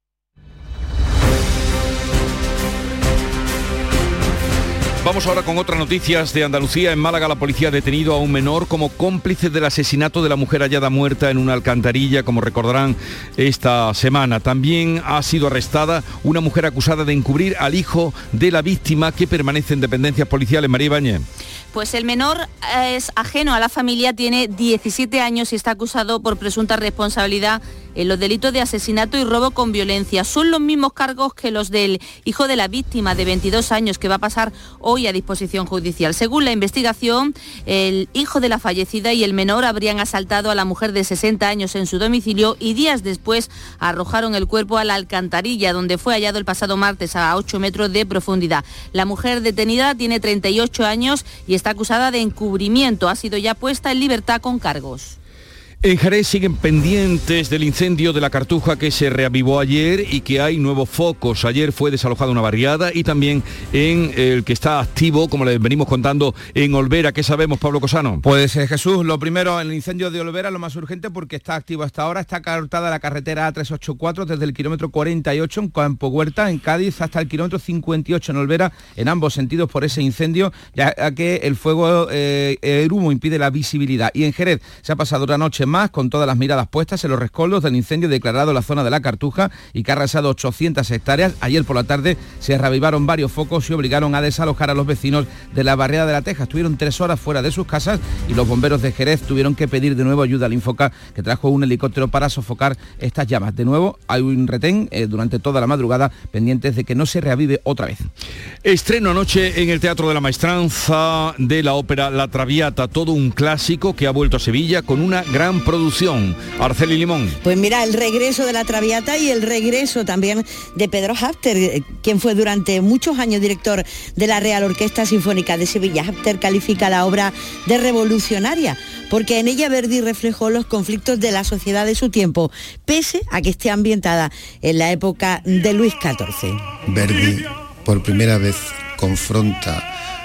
Vamos ahora con otras noticias de Andalucía. En Málaga la policía ha detenido a un menor como cómplice del asesinato de la mujer hallada muerta en una alcantarilla, como recordarán esta semana. También ha sido arrestada una mujer acusada de encubrir al hijo de la víctima, que permanece en dependencias policiales. María Ibáñez. Pues el menor es ajeno a la familia, tiene diecisiete años y está acusado por presunta responsabilidad en los delitos de asesinato y robo con violencia. Son los mismos cargos que los del hijo de la víctima, de veintidós años, que va a pasar hoy a disposición judicial. Según la investigación, el hijo de la fallecida y el menor habrían asaltado a la mujer de sesenta años en su domicilio y días después arrojaron el cuerpo a la alcantarilla, donde fue hallado el pasado martes a ocho metros de profundidad. La mujer detenida tiene treinta y ocho años y está acusada de encubrimiento. Ha sido ya puesta en libertad con cargos. En Jerez siguen pendientes del incendio de la Cartuja, que se reavivó ayer y que hay nuevos focos. Ayer fue desalojada una barriada y también en el que está activo, como les venimos contando, en Olvera. ¿Qué sabemos, Pablo Cosano? Pues eh, Jesús, lo primero, el incendio de Olvera, lo más urgente porque está activo hasta ahora. Está cortada la carretera A trescientos ochenta y cuatro desde el kilómetro cuarenta y ocho en Campo Huerta, en Cádiz, hasta el kilómetro cincuenta y ocho en Olvera, en ambos sentidos por ese incendio, ya que el fuego, eh, el humo impide la visibilidad. Y en Jerez se ha pasado una noche más con todas las miradas puestas en los rescoldos del incendio declarado en la zona de la Cartuja y que ha arrasado ochocientas hectáreas. Ayer por la tarde se reavivaron varios focos y obligaron a desalojar a los vecinos de la barriada de la Teja. Estuvieron tres horas fuera de sus casas y los bomberos de Jerez tuvieron que pedir de nuevo ayuda al Infoca, que trajo un helicóptero para sofocar estas llamas. De nuevo hay un retén eh, durante toda la madrugada, pendientes de que no se reavive otra vez. Estreno anoche en el Teatro de la Maestranza de la ópera La Traviata, todo un clásico que ha vuelto a Sevilla con una gran producción. Arceli Limón. Pues mira, el regreso de La Traviata y el regreso también de Pedro Hafter, quien fue durante muchos años director de la Real Orquesta Sinfónica de Sevilla. Hafter califica la obra de revolucionaria porque en ella Verdi reflejó los conflictos de la sociedad de su tiempo, pese a que esté ambientada en la época de Luis catorce. Verdi por primera vez confronta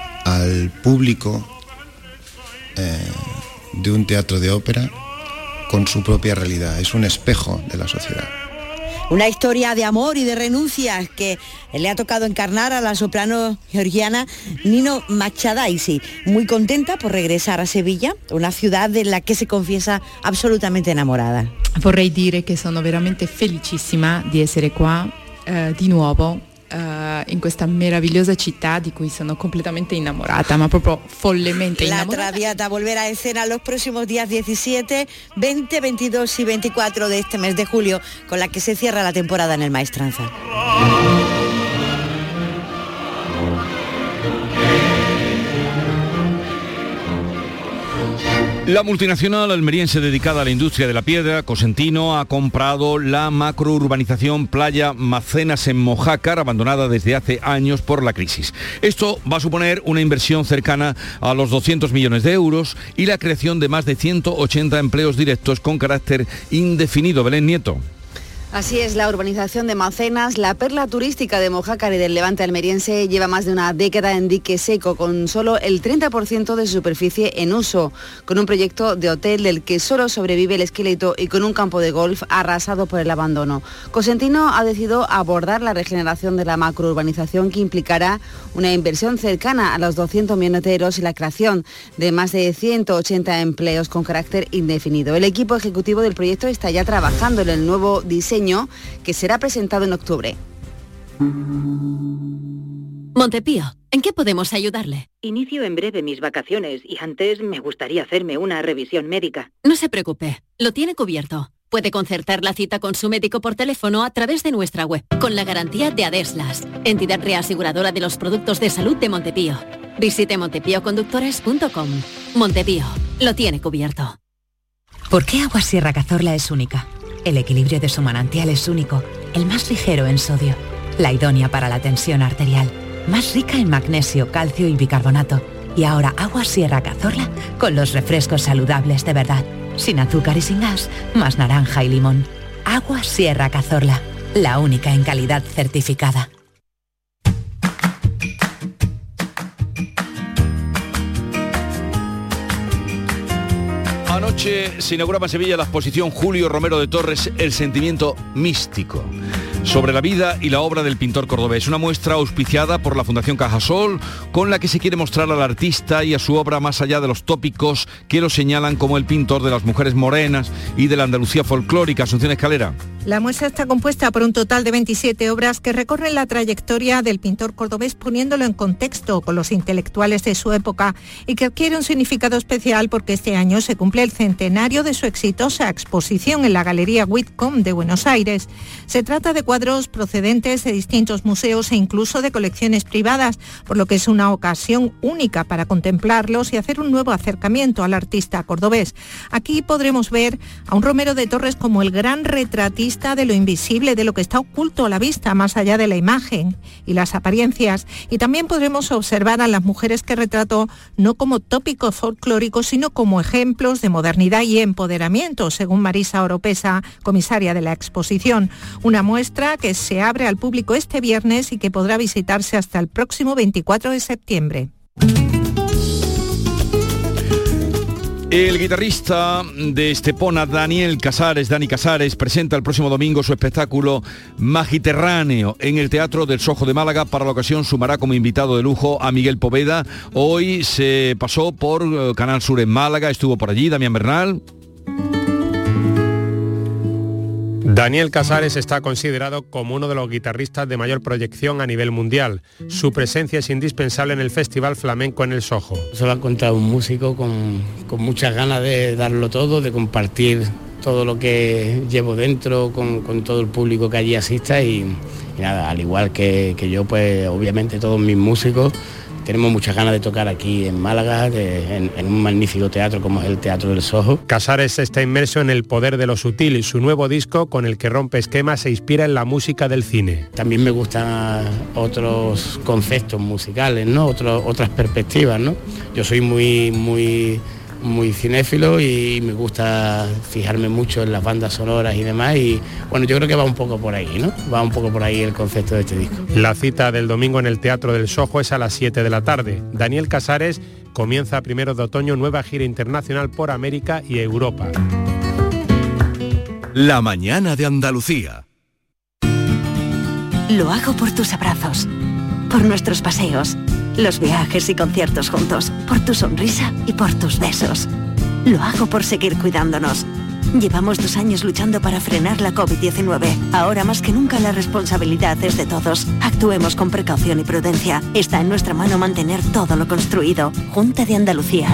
al público eh, de un teatro de ópera con su propia realidad, es un espejo de la sociedad. Una historia de amor y de renuncias que le ha tocado encarnar a la soprano georgiana Nino Machadaisi, muy contenta por regresar a Sevilla, una ciudad de la que se confiesa absolutamente enamorada. Vorrei dire che sono veramente felicissima di essere qua eh, di nuovo Uh, in questa meravigliosa città di cui sono completamente innamorata, ma proprio follemente innamorata. La Traviata volverá a escena los próximos días diecisiete, veinte, veintidós y veinticuatro de este mes de julio, con la que se cierra la temporada en el Maestranza. La multinacional almeriense dedicada a la industria de la piedra, Cosentino, ha comprado la macrourbanización Playa Macenas en Mojácar, abandonada desde hace años por la crisis. Esto va a suponer una inversión cercana a los doscientos millones de euros y la creación de más de ciento ochenta empleos directos con carácter indefinido. Belén Nieto. Así es, la urbanización de Macenas, la perla turística de Mojácar y del Levante almeriense, lleva más de una década en dique seco, con solo el treinta por ciento de su superficie en uso, con un proyecto de hotel del que solo sobrevive el esqueleto y con un campo de golf arrasado por el abandono. Cosentino ha decidido abordar la regeneración de la macrourbanización, que implicará una inversión cercana a los doscientos millones de euros y la creación de más de ciento ochenta empleos con carácter indefinido. El equipo ejecutivo del proyecto está ya trabajando en el nuevo diseño que será presentado en octubre. Montepío, ¿en qué podemos ayudarle? Inicio en breve mis vacaciones y antes me gustaría hacerme una revisión médica. No se preocupe, lo tiene cubierto. Puede concertar la cita con su médico por teléfono a través de nuestra web, con la garantía de Adeslas, entidad reaseguradora de los productos de salud de Montepío. Visite montepío conductores punto com. Montepío, lo tiene cubierto. ¿Por qué Agua Sierra Cazorla es única? El equilibrio de su manantial es único, el más ligero en sodio, la idónea para la tensión arterial, más rica en magnesio, calcio y bicarbonato, Y ahora agua Sierra Cazorla con los refrescos saludables de verdad. Sin azúcar y sin gas, más naranja y limón. Agua Sierra Cazorla, la única en calidad certificada. Anoche se inauguraba en Sevilla la exposición Julio Romero de Torres, El sentimiento místico, sobre la vida y la obra del pintor cordobés. Una muestra auspiciada por la Fundación Cajasol, con la que se quiere mostrar al artista y a su obra más allá de los tópicos que lo señalan como el pintor de las mujeres morenas y de la Andalucía folclórica. Asunción Escalera. La muestra está compuesta por un total de veintisiete obras que recorren la trayectoria del pintor cordobés poniéndolo en contexto con los intelectuales de su época y que adquiere un significado especial porque este año se cumple el centenario de su exitosa exposición en la Galería Whitcomb de Buenos Aires. Se trata de cuadros procedentes de distintos museos e incluso de colecciones privadas, por lo que es una ocasión única para contemplarlos y hacer un nuevo acercamiento al artista cordobés. Aquí podremos ver a un Romero de Torres como el gran retratista de lo invisible, de lo que está oculto a la vista, más allá de la imagen y las apariencias. Y también podremos observar a las mujeres que retrató no como tópicos folclóricos, sino como ejemplos de modernidad y empoderamiento, según Marisa Oropesa, comisaria de la exposición. Una muestra que se abre al público este viernes y que podrá visitarse hasta el próximo veinticuatro de septiembre. El guitarrista de Estepona, Daniel Casares, Dani Casares, presenta el próximo domingo su espectáculo Magiterráneo en el Teatro del Sojo de Málaga. Para la ocasión sumará como invitado de lujo a Miguel Poveda. Hoy se pasó por Canal Sur en Málaga, estuvo por allí Damián Bernal. Daniel Casares está considerado como uno de los guitarristas de mayor proyección a nivel mundial. Su presencia es indispensable en el Festival Flamenco en el Sojo. Se lo ha contado un músico con, con muchas ganas de darlo todo, de compartir todo lo que llevo dentro con, con todo el público que allí asista y, y nada, al igual que, que yo, pues obviamente todos mis músicos tenemos muchas ganas de tocar aquí en Málaga, de, en, en un magnífico teatro como es el Teatro del Sojo. Casares está inmerso en el poder de lo sutil y su nuevo disco, con el que rompe esquemas, se inspira en la música del cine. También me gustan otros conceptos musicales, ¿no? Otro, otras perspectivas, ¿no? Yo soy muy, muy, muy cinéfilo y me gusta fijarme mucho en las bandas sonoras y demás y bueno, yo creo que va un poco por ahí, ¿no? Va un poco por ahí el concepto de este disco. La cita del domingo en el Teatro del Sojo es a las siete de la tarde. Daniel Casares comienza a primeros de otoño nueva gira internacional por América y Europa. La mañana de Andalucía. Lo hago por tus abrazos, por nuestros paseos, los viajes y conciertos juntos, por tu sonrisa y por tus besos. Lo hago por seguir cuidándonos. Llevamos dos años luchando para frenar la covid diecinueve. Ahora más que nunca la responsabilidad es de todos. Actuemos con precaución y prudencia. Está en nuestra mano mantener todo lo construido. Junta de Andalucía.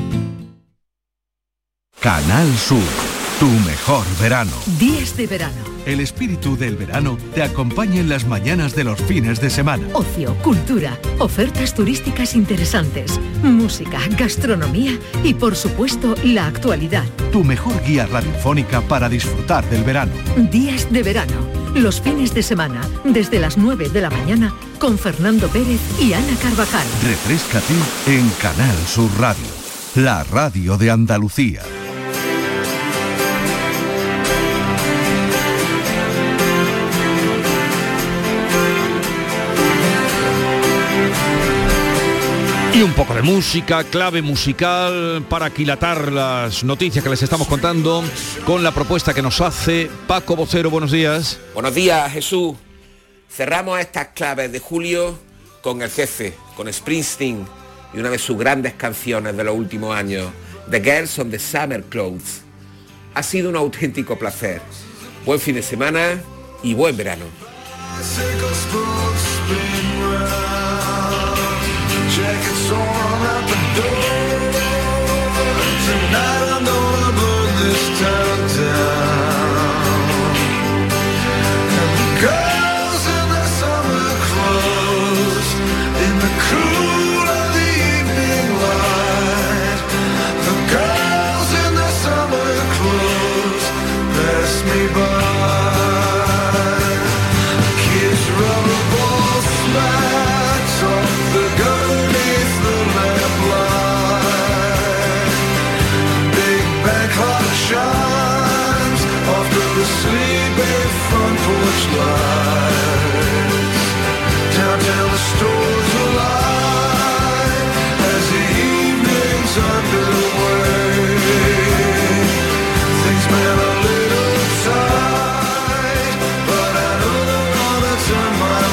Canal Sur, tu mejor verano. Días de verano. El espíritu del verano te acompaña en las mañanas de los fines de semana. Ocio, cultura, ofertas turísticas interesantes, música, gastronomía y por supuesto la actualidad. Tu mejor guía radiofónica para disfrutar del verano. Días de verano, los fines de semana, desde las nueve de la mañana, con Fernando Pérez y Ana Carvajal. Refréscate en Canal Sur Radio, la radio de Andalucía. Y un poco de música, clave musical para aquilatar las noticias que les estamos contando con la propuesta que nos hace Paco Vocero. Buenos días. Buenos días, Jesús. Cerramos estas claves de julio con El Jefe, con Springsteen y una de sus grandes canciones de los últimos años, The Girls on the Summer Clothes. Ha sido un auténtico placer. Buen fin de semana y buen verano. Jackets on out the door. Tonight I'm gonna burn this town down. And the girls in their summer clothes, in the cool of the evening light. The girls in their summer clothes pass me by. Kids rubber ball smacks off the gun. Love lights. Downtown the stores will light as the evening's underway. Things may not little tight, but I know they're on the turn my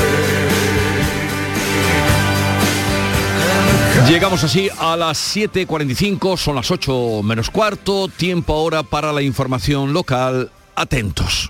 way. Llegamos así a las siete cuarenta y cinco, son las ocho menos cuarto, tiempo ahora para la información local. Atentos.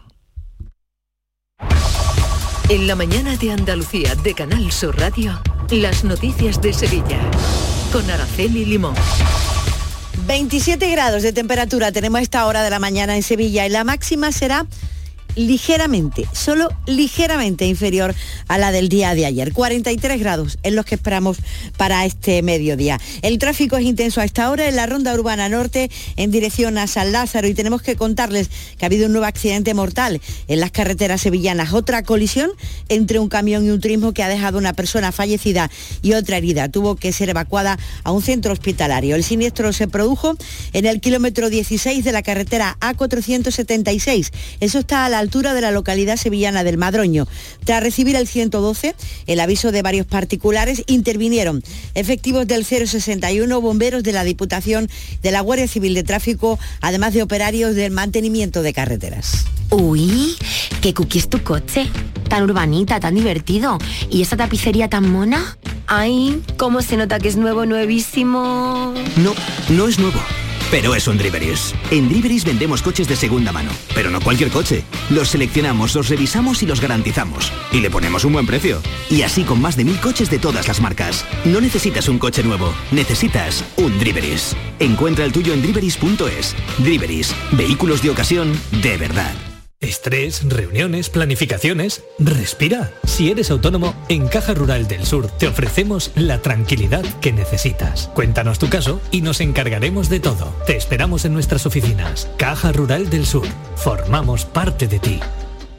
En la mañana de Andalucía de Canal Sur Radio, las noticias de Sevilla, con Araceli Limón. veintisiete grados de temperatura tenemos a esta hora de la mañana en Sevilla y la máxima será ligeramente, solo ligeramente inferior a la del día de ayer. cuarenta y tres grados es los que esperamos para este mediodía. El tráfico es intenso a esta hora en la Ronda Urbana Norte en dirección a San Lázaro y tenemos que contarles que ha habido un nuevo accidente mortal en las carreteras sevillanas. Otra colisión entre un camión y un turismo que ha dejado una persona fallecida y otra herida. Tuvo que ser evacuada a un centro hospitalario. El siniestro se produjo en el kilómetro dieciséis de la carretera A cuatrocientos setenta y seis. Eso está a la altura de la localidad sevillana del Madroño. Tras recibir el ciento doce, el aviso de varios particulares, intervinieron efectivos del cero sesenta y uno, bomberos de la Diputación, de la Guardia Civil de Tráfico, además de operarios del mantenimiento de carreteras. Uy, qué cookie es tu coche, tan urbanita, tan divertido. ¿Y esa tapicería tan mona? Ay, cómo se nota que es nuevo, nuevísimo. No, no es nuevo, pero es un Driveris. En Driveris vendemos coches de segunda mano, pero no cualquier coche. Los seleccionamos, los revisamos y los garantizamos. Y le ponemos un buen precio. Y así con más de mil coches de todas las marcas. No necesitas un coche nuevo, necesitas un Driveris. Encuentra el tuyo en driveris punto es. Driveris, vehículos de ocasión de verdad. Estrés, reuniones, planificaciones. Respira. Si eres autónomo, en Caja Rural del Sur te ofrecemos la tranquilidad que necesitas. Cuéntanos tu caso y nos encargaremos de todo. Te esperamos en nuestras oficinas. Caja Rural del Sur. Formamos parte de ti.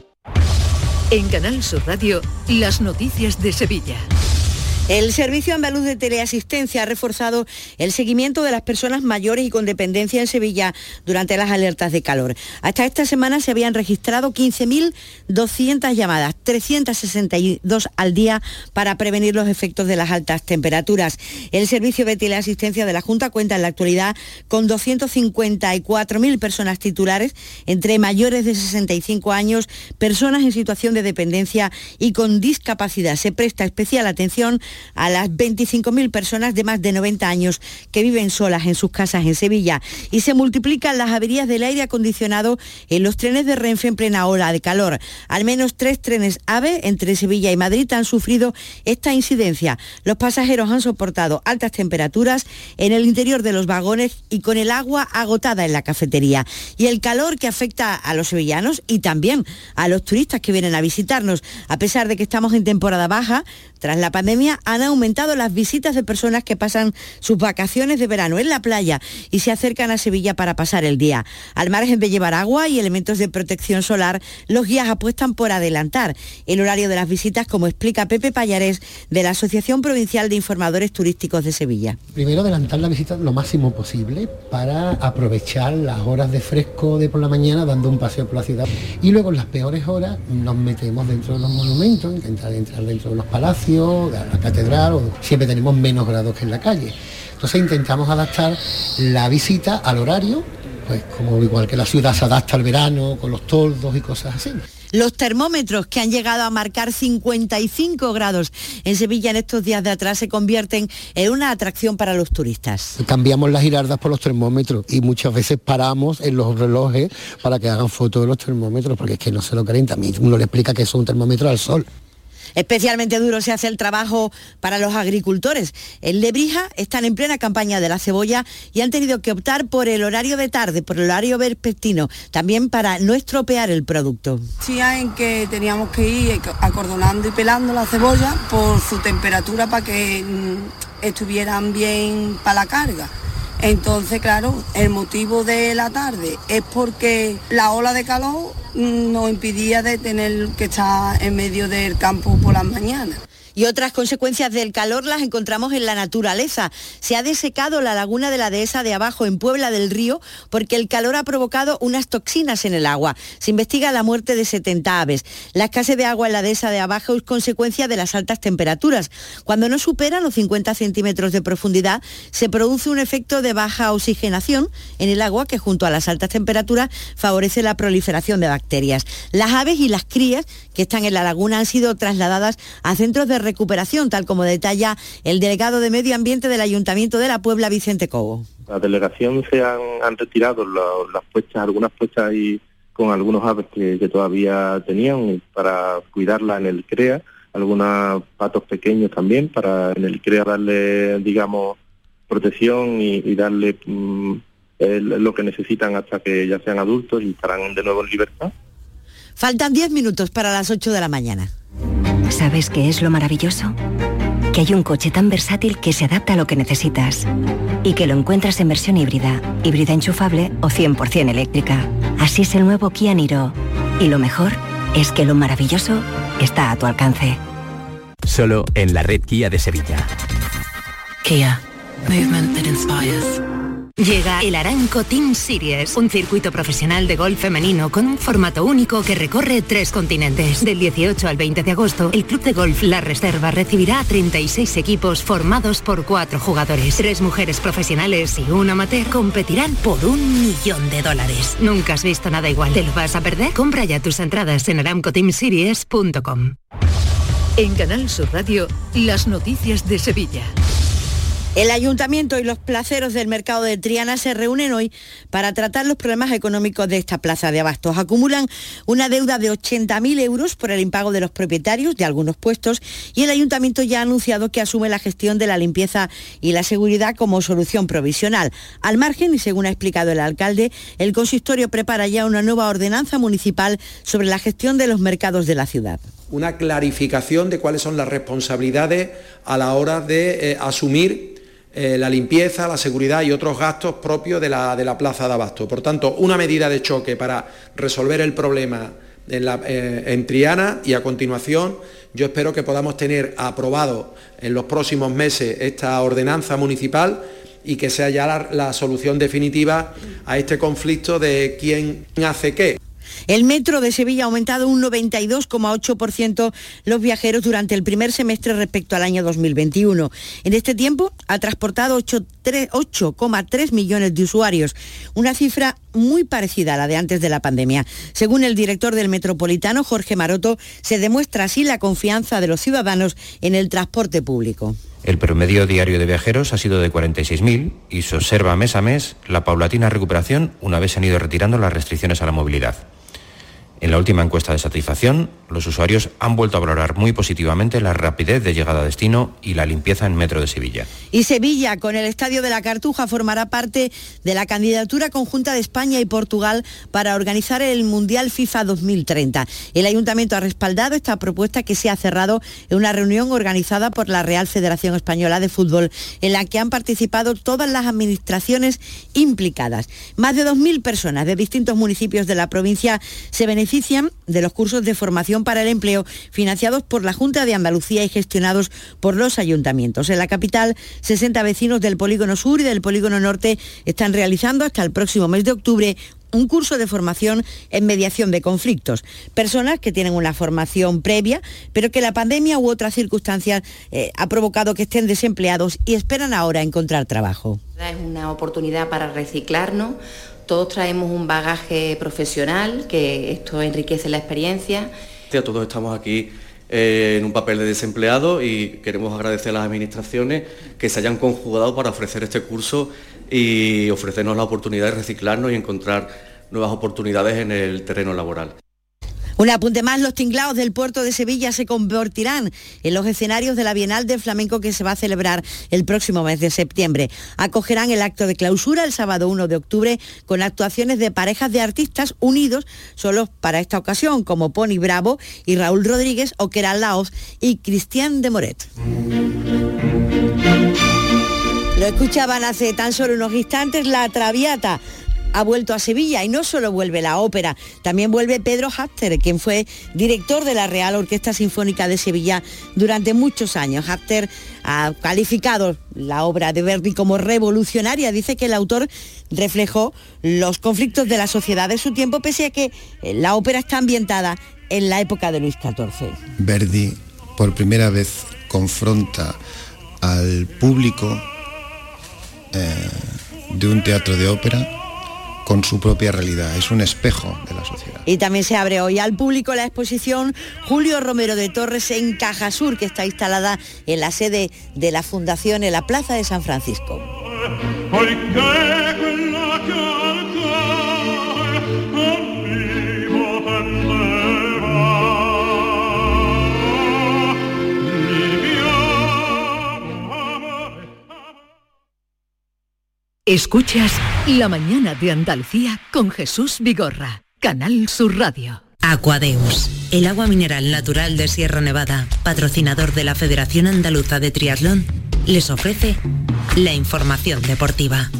En Canal Sur Radio, las noticias de Sevilla. El Servicio Andaluz de Teleasistencia ha reforzado el seguimiento de las personas mayores y con dependencia en Sevilla durante las alertas de calor. Hasta esta semana se habían registrado quince mil doscientas llamadas, trescientas sesenta y dos al día para prevenir los efectos de las altas temperaturas. El Servicio de Teleasistencia de la Junta cuenta en la actualidad con doscientos cincuenta y cuatro mil personas titulares, entre mayores de sesenta y cinco años, personas en situación de dependencia y con discapacidad. Se presta especial atención a las veinticinco mil personas de más de noventa años que viven solas en sus casas en Sevilla y se multiplican las averías del aire acondicionado en los trenes de Renfe en plena ola de calor. Al menos tres trenes AVE entre Sevilla y Madrid han sufrido esta incidencia. Los pasajeros han soportado altas temperaturas en el interior de los vagones y con el agua agotada en la cafetería. Y el calor que afecta a los sevillanos y también a los turistas que vienen a visitarnos. A pesar de que estamos en temporada baja, tras la pandemia han aumentado las visitas de personas que pasan sus vacaciones de verano en la playa y se acercan a Sevilla para pasar el día. Al margen de llevar agua y elementos de protección solar, los guías apuestan por adelantar el horario de las visitas, como explica Pepe Pallares, de la Asociación Provincial de Informadores Turísticos de Sevilla. Primero, adelantar la visita lo máximo posible para aprovechar las horas de fresco de por la mañana dando un paseo por la ciudad. Y luego en las peores horas nos metemos dentro de los monumentos, intentar entrar dentro de los palacios, de la catedral, o siempre tenemos menos grados que en la calle. Entonces intentamos adaptar la visita al horario, pues como igual que la ciudad se adapta al verano, con los toldos y cosas así. Los termómetros, que han llegado a marcar cincuenta y cinco grados en Sevilla en estos días de atrás, se convierten en una atracción para los turistas. Cambiamos las giraldas por los termómetros y muchas veces paramos en los relojes para que hagan fotos de los termómetros, porque es que no se lo creen. También uno le explica que es un termómetro al sol. Especialmente duro se hace el trabajo para los agricultores. En Lebrija están en plena campaña de la cebolla y han tenido que optar por el horario de tarde, por el horario vespertino, también para no estropear el producto. Sí, en que teníamos que ir acordonando y pelando la cebolla por su temperatura para que mm, estuvieran bien para la carga. Entonces, claro, el motivo de la tarde es porque la ola de calor nos impidía de tener que estar en medio del campo por las mañanas. Y otras consecuencias del calor las encontramos en la naturaleza. Se ha desecado la laguna de la Dehesa de Abajo en Puebla del Río porque el calor ha provocado unas toxinas en el agua. Se investiga la muerte de setenta aves. La escasez de agua en la Dehesa de Abajo es consecuencia de las altas temperaturas. Cuando no superan los cincuenta centímetros de profundidad, se produce un efecto de baja oxigenación en el agua que junto a las altas temperaturas favorece la proliferación de bacterias. Las aves y las crías que están en la laguna han sido trasladadas a centros de recuperación, tal como detalla el delegado de Medio Ambiente del Ayuntamiento de La Puebla, Vicente Cobo. La delegación se han, han retirado lo, las puestas, algunas puestas ahí con algunos aves que, que todavía tenían para cuidarla en el C R E A, algunos patos pequeños también para en el C R E A darle, digamos, protección y, y darle mmm, el, lo que necesitan hasta que ya sean adultos y estarán de nuevo en libertad. Faltan diez minutos para las ocho de la mañana. ¿Sabes qué es lo maravilloso? Que hay un coche tan versátil que se adapta a lo que necesitas y que lo encuentras en versión híbrida, híbrida enchufable o cien por ciento eléctrica. Así es el nuevo Kia Niro. Y lo mejor es que lo maravilloso está a tu alcance. Solo en la red Kia de Sevilla. Kia. Movement that inspires. Llega el Aramco Team Series, un circuito profesional de golf femenino con un formato único que recorre tres continentes. Del dieciocho al veinte de agosto, el Club de Golf La Reserva recibirá a treinta y seis equipos formados por cuatro jugadores. Tres mujeres profesionales y un amateur competirán por un millón de dólares. Nunca has visto nada igual. ¿Te lo vas a perder? Compra ya tus entradas en aramco team series punto com. En Canal Sur Radio, las noticias de Sevilla. El Ayuntamiento y los placeros del mercado de Triana se reúnen hoy para tratar los problemas económicos de esta plaza de abastos. Acumulan una deuda de ochenta mil euros por el impago de los propietarios de algunos puestos y el Ayuntamiento ya ha anunciado que asume la gestión de la limpieza y la seguridad como solución provisional. Al margen, y según ha explicado el alcalde, el consistorio prepara ya una nueva ordenanza municipal sobre la gestión de los mercados de la ciudad. Una clarificación de cuáles son las responsabilidades a la hora de eh, asumir Eh, la limpieza, la seguridad y otros gastos propios de la, de la plaza de abasto. Por tanto, una medida de choque para resolver el problema en, la, eh, en Triana y a continuación yo espero que podamos tener aprobado en los próximos meses esta ordenanza municipal y que sea ya la, la solución definitiva a este conflicto de quién hace qué. El metro de Sevilla ha aumentado un noventa y dos coma ocho por ciento los viajeros durante el primer semestre respecto al año dos mil veintiuno. En este tiempo ha transportado ocho coma tres millones de usuarios, una cifra muy parecida a la de antes de la pandemia. Según el director del Metropolitano, Jorge Maroto, se demuestra así la confianza de los ciudadanos en el transporte público. El promedio diario de viajeros ha sido de cuarenta y seis mil y se observa mes a mes la paulatina recuperación una vez se han ido retirando las restricciones a la movilidad. En la última encuesta de satisfacción, los usuarios han vuelto a valorar muy positivamente la rapidez de llegada a destino y la limpieza en Metro de Sevilla. Y Sevilla, con el Estadio de la Cartuja, formará parte de la candidatura conjunta de España y Portugal para organizar el Mundial FIFA dos mil treinta. El Ayuntamiento ha respaldado esta propuesta que se ha cerrado en una reunión organizada por la Real Federación Española de Fútbol, en la que han participado todas las administraciones implicadas. Más de dos mil personas de distintos municipios de la provincia se benefician de los cursos de formación para el empleo financiados por la Junta de Andalucía y gestionados por los ayuntamientos. En la capital, sesenta vecinos del Polígono Sur y del Polígono Norte están realizando hasta el próximo mes de octubre un curso de formación en mediación de conflictos. Personas que tienen una formación previa, pero que la pandemia u otras circunstancias eh, ha provocado que estén desempleados y esperan ahora encontrar trabajo. Es una oportunidad para reciclarnos. Todos traemos un bagaje profesional, que esto enriquece la experiencia. Todos estamos aquí eh, en un papel de desempleado y queremos agradecer a las administraciones que se hayan conjugado para ofrecer este curso y ofrecernos la oportunidad de reciclarnos y encontrar nuevas oportunidades en el terreno laboral. Un apunte más, los tinglaos del puerto de Sevilla se convertirán en los escenarios de la Bienal de Flamenco que se va a celebrar el próximo mes de septiembre. Acogerán el acto de clausura el sábado uno de octubre con actuaciones de parejas de artistas unidos solo para esta ocasión, como Pony Bravo y Raúl Rodríguez, o Keral Laoz y Cristian de Moret. Lo escuchaban hace tan solo unos instantes, La Traviata, ha vuelto a Sevilla, y no solo vuelve la ópera, también vuelve Pedro Hafter, quien fue director de la Real Orquesta Sinfónica de Sevilla durante muchos años. Hafter ha calificado la obra de Verdi como revolucionaria. Dice que el autor reflejó los conflictos de la sociedad de su tiempo, pese a que la ópera está ambientada en la época de Luis catorce. Verdi por primera vez confronta al público eh, de un teatro de ópera con su propia realidad, es un espejo de la sociedad. Y también se abre hoy al público la exposición Julio Romero de Torres en Cajasur, que está instalada en la sede de la Fundación en la Plaza de San Francisco. Escuchas La Mañana de Andalucía con Jesús Vigorra, Canal Sur Radio. Aquadeus, el agua mineral natural de Sierra Nevada, patrocinador de la Federación Andaluza de Triatlón, les ofrece la información deportiva.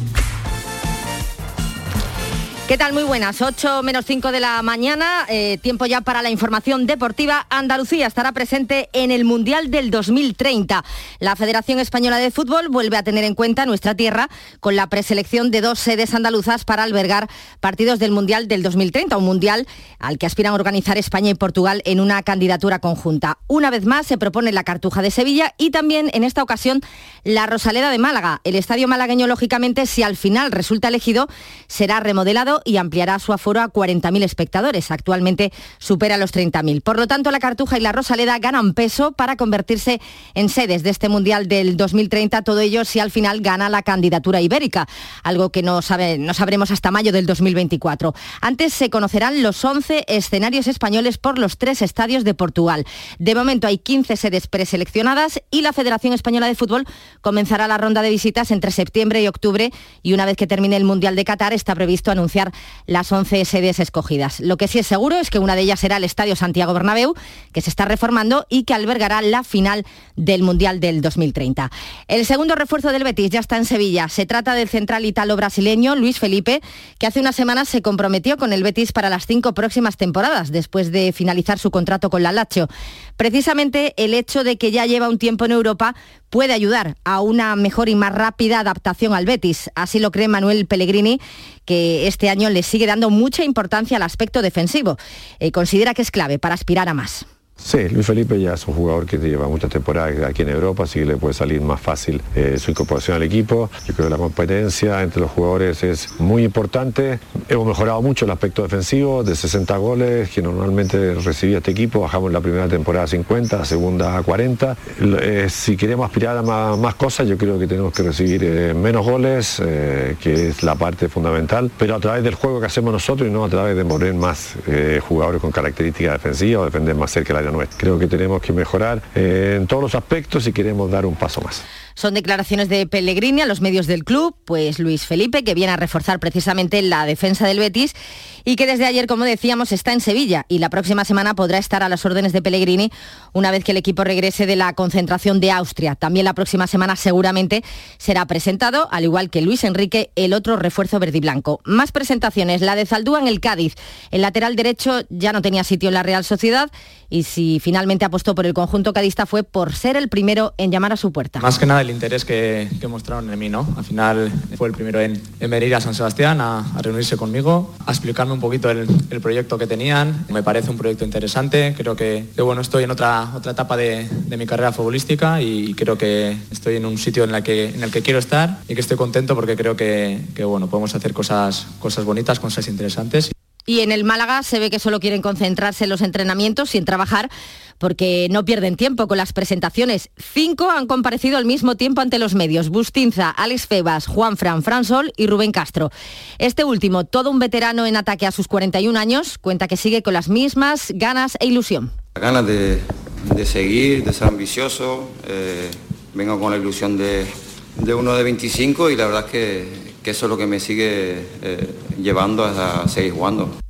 ¿Qué tal? Muy buenas, ocho menos cinco de la mañana, eh, tiempo ya para la información deportiva. Andalucía estará presente en el Mundial del dos mil treinta. La Federación Española de Fútbol vuelve a tener en cuenta nuestra tierra con la preselección de dos sedes andaluzas para albergar partidos del Mundial del dos mil treinta, un Mundial al que aspiran a organizar España y Portugal en una candidatura conjunta. Una vez más se propone la Cartuja de Sevilla y también en esta ocasión la Rosaleda de Málaga. El estadio malagueño, lógicamente, si al final resulta elegido, será remodelado y ampliará su aforo a cuarenta mil espectadores. Actualmente supera los treinta mil. Por lo tanto, la Cartuja y la Rosaleda ganan peso para convertirse en sedes de este Mundial del dos mil treinta. Todo ello si al final gana la candidatura ibérica, algo que no, sabe, no sabremos hasta mayo del dos mil veinticuatro. Antes se conocerán los once escenarios españoles por los tres estadios de Portugal. De momento hay quince sedes preseleccionadas y la Federación Española de Fútbol comenzará la ronda de visitas entre septiembre y octubre, y una vez que termine el Mundial de Qatar está previsto anunciar las once sedes escogidas. Lo que sí es seguro es que una de ellas será el Estadio Santiago Bernabéu, que se está reformando y que albergará la final del Mundial del dos mil treinta. El segundo refuerzo del Betis ya está en Sevilla. Se trata del central italo-brasileño Luis Felipe, que hace unas semanas se comprometió con el Betis para las cinco próximas temporadas, después de finalizar su contrato con la Lazio. Precisamente el hecho de que ya lleva un tiempo en Europa puede ayudar a una mejor y más rápida adaptación al Betis. Así lo cree Manuel Pellegrini, que este año le sigue dando mucha importancia al aspecto defensivo. Eh, considera que es clave para aspirar a más. Sí, Luis Felipe ya es un jugador que lleva muchas temporadas aquí en Europa, así que le puede salir más fácil eh, su incorporación al equipo. Yo creo que la competencia entre los jugadores es muy importante. Hemos mejorado mucho el aspecto defensivo, de sesenta goles que normalmente recibía este equipo, bajamos la primera temporada a cincuenta, la segunda a cuarenta. Eh, si queremos aspirar a más, más cosas, yo creo que tenemos que recibir eh, menos goles, eh, que es la parte fundamental, pero a través del juego que hacemos nosotros y no a través de poner más eh, jugadores con características defensivas o defender más cerca del área nuestra. Creo que tenemos que mejorar eh, en todos los aspectos si queremos dar un paso más. Son declaraciones de Pellegrini a los medios del club, pues Luis Felipe, que viene a reforzar precisamente la defensa del Betis y que desde ayer, como decíamos, está en Sevilla y la próxima semana podrá estar a las órdenes de Pellegrini una vez que el equipo regrese de la concentración de Austria. También la próxima semana seguramente será presentado, al igual que Luis Enrique, el otro refuerzo verdiblanco. Más presentaciones, la de Zaldúa en el Cádiz. El lateral derecho ya no tenía sitio en la Real Sociedad y si finalmente apostó por el conjunto cadista fue por ser el primero en llamar a su puerta. Más que nada el interés que, que mostraron en mí, ¿no? Al final fue el primero en, en venir a San Sebastián a, a reunirse conmigo, a explicarme un poquito el, el proyecto que tenían. Me parece un proyecto interesante, creo que, que bueno, estoy en otra, otra etapa de, de mi carrera futbolística y creo que estoy en un sitio en, la que, en el que quiero estar y que estoy contento porque creo que, que bueno, podemos hacer cosas, cosas bonitas, cosas interesantes. Y en el Málaga se ve que solo quieren concentrarse en los entrenamientos y en trabajar porque no pierden tiempo con las presentaciones. Cinco han comparecido al mismo tiempo ante los medios: Bustinza, Alex Febas, Juanfran, Fran Sol y Rubén Castro. Este último, todo un veterano en ataque a sus cuarenta y un años, cuenta que sigue con las mismas ganas e ilusión. Ganas de, de seguir, de ser ambicioso. Eh, vengo con la ilusión de, de uno de veinticinco y la verdad es que, que eso es lo que me sigue eh, llevando a seguir jugando.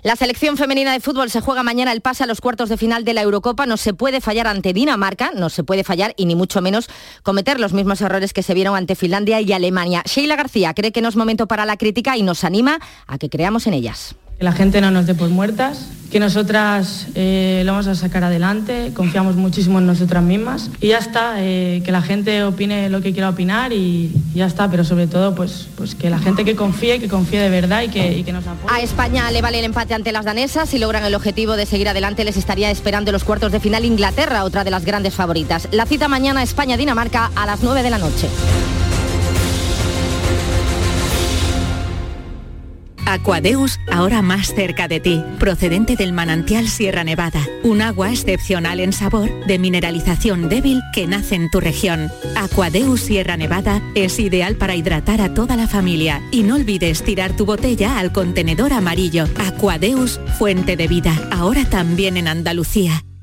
La selección femenina de fútbol se juega mañana el pase a los cuartos de final de la Eurocopa. No se puede fallar ante Dinamarca, no se puede fallar y ni mucho menos cometer los mismos errores que se vieron ante Finlandia y Alemania. Sheila García cree que no es momento para la crítica y nos anima a que creamos en ellas. Que la gente no nos dé por muertas, que nosotras eh, lo vamos a sacar adelante, confiamos muchísimo en nosotras mismas y ya está, eh, que la gente opine lo que quiera opinar y, y ya está, pero sobre todo pues, pues que la gente que confíe, que confíe de verdad y que, y que nos apoye. A España le vale el empate ante las danesas. Si logran el objetivo de seguir adelante, les estaría esperando en los cuartos de final Inglaterra, otra de las grandes favoritas. La cita mañana España-Dinamarca a las nueve de la noche. Aquadeus, ahora más cerca de ti, procedente del manantial Sierra Nevada, un agua excepcional en sabor, de mineralización débil que nace en tu región. Aquadeus Sierra Nevada es ideal para hidratar a toda la familia y no olvides tirar tu botella al contenedor amarillo. Aquadeus, fuente de vida, ahora también en Andalucía.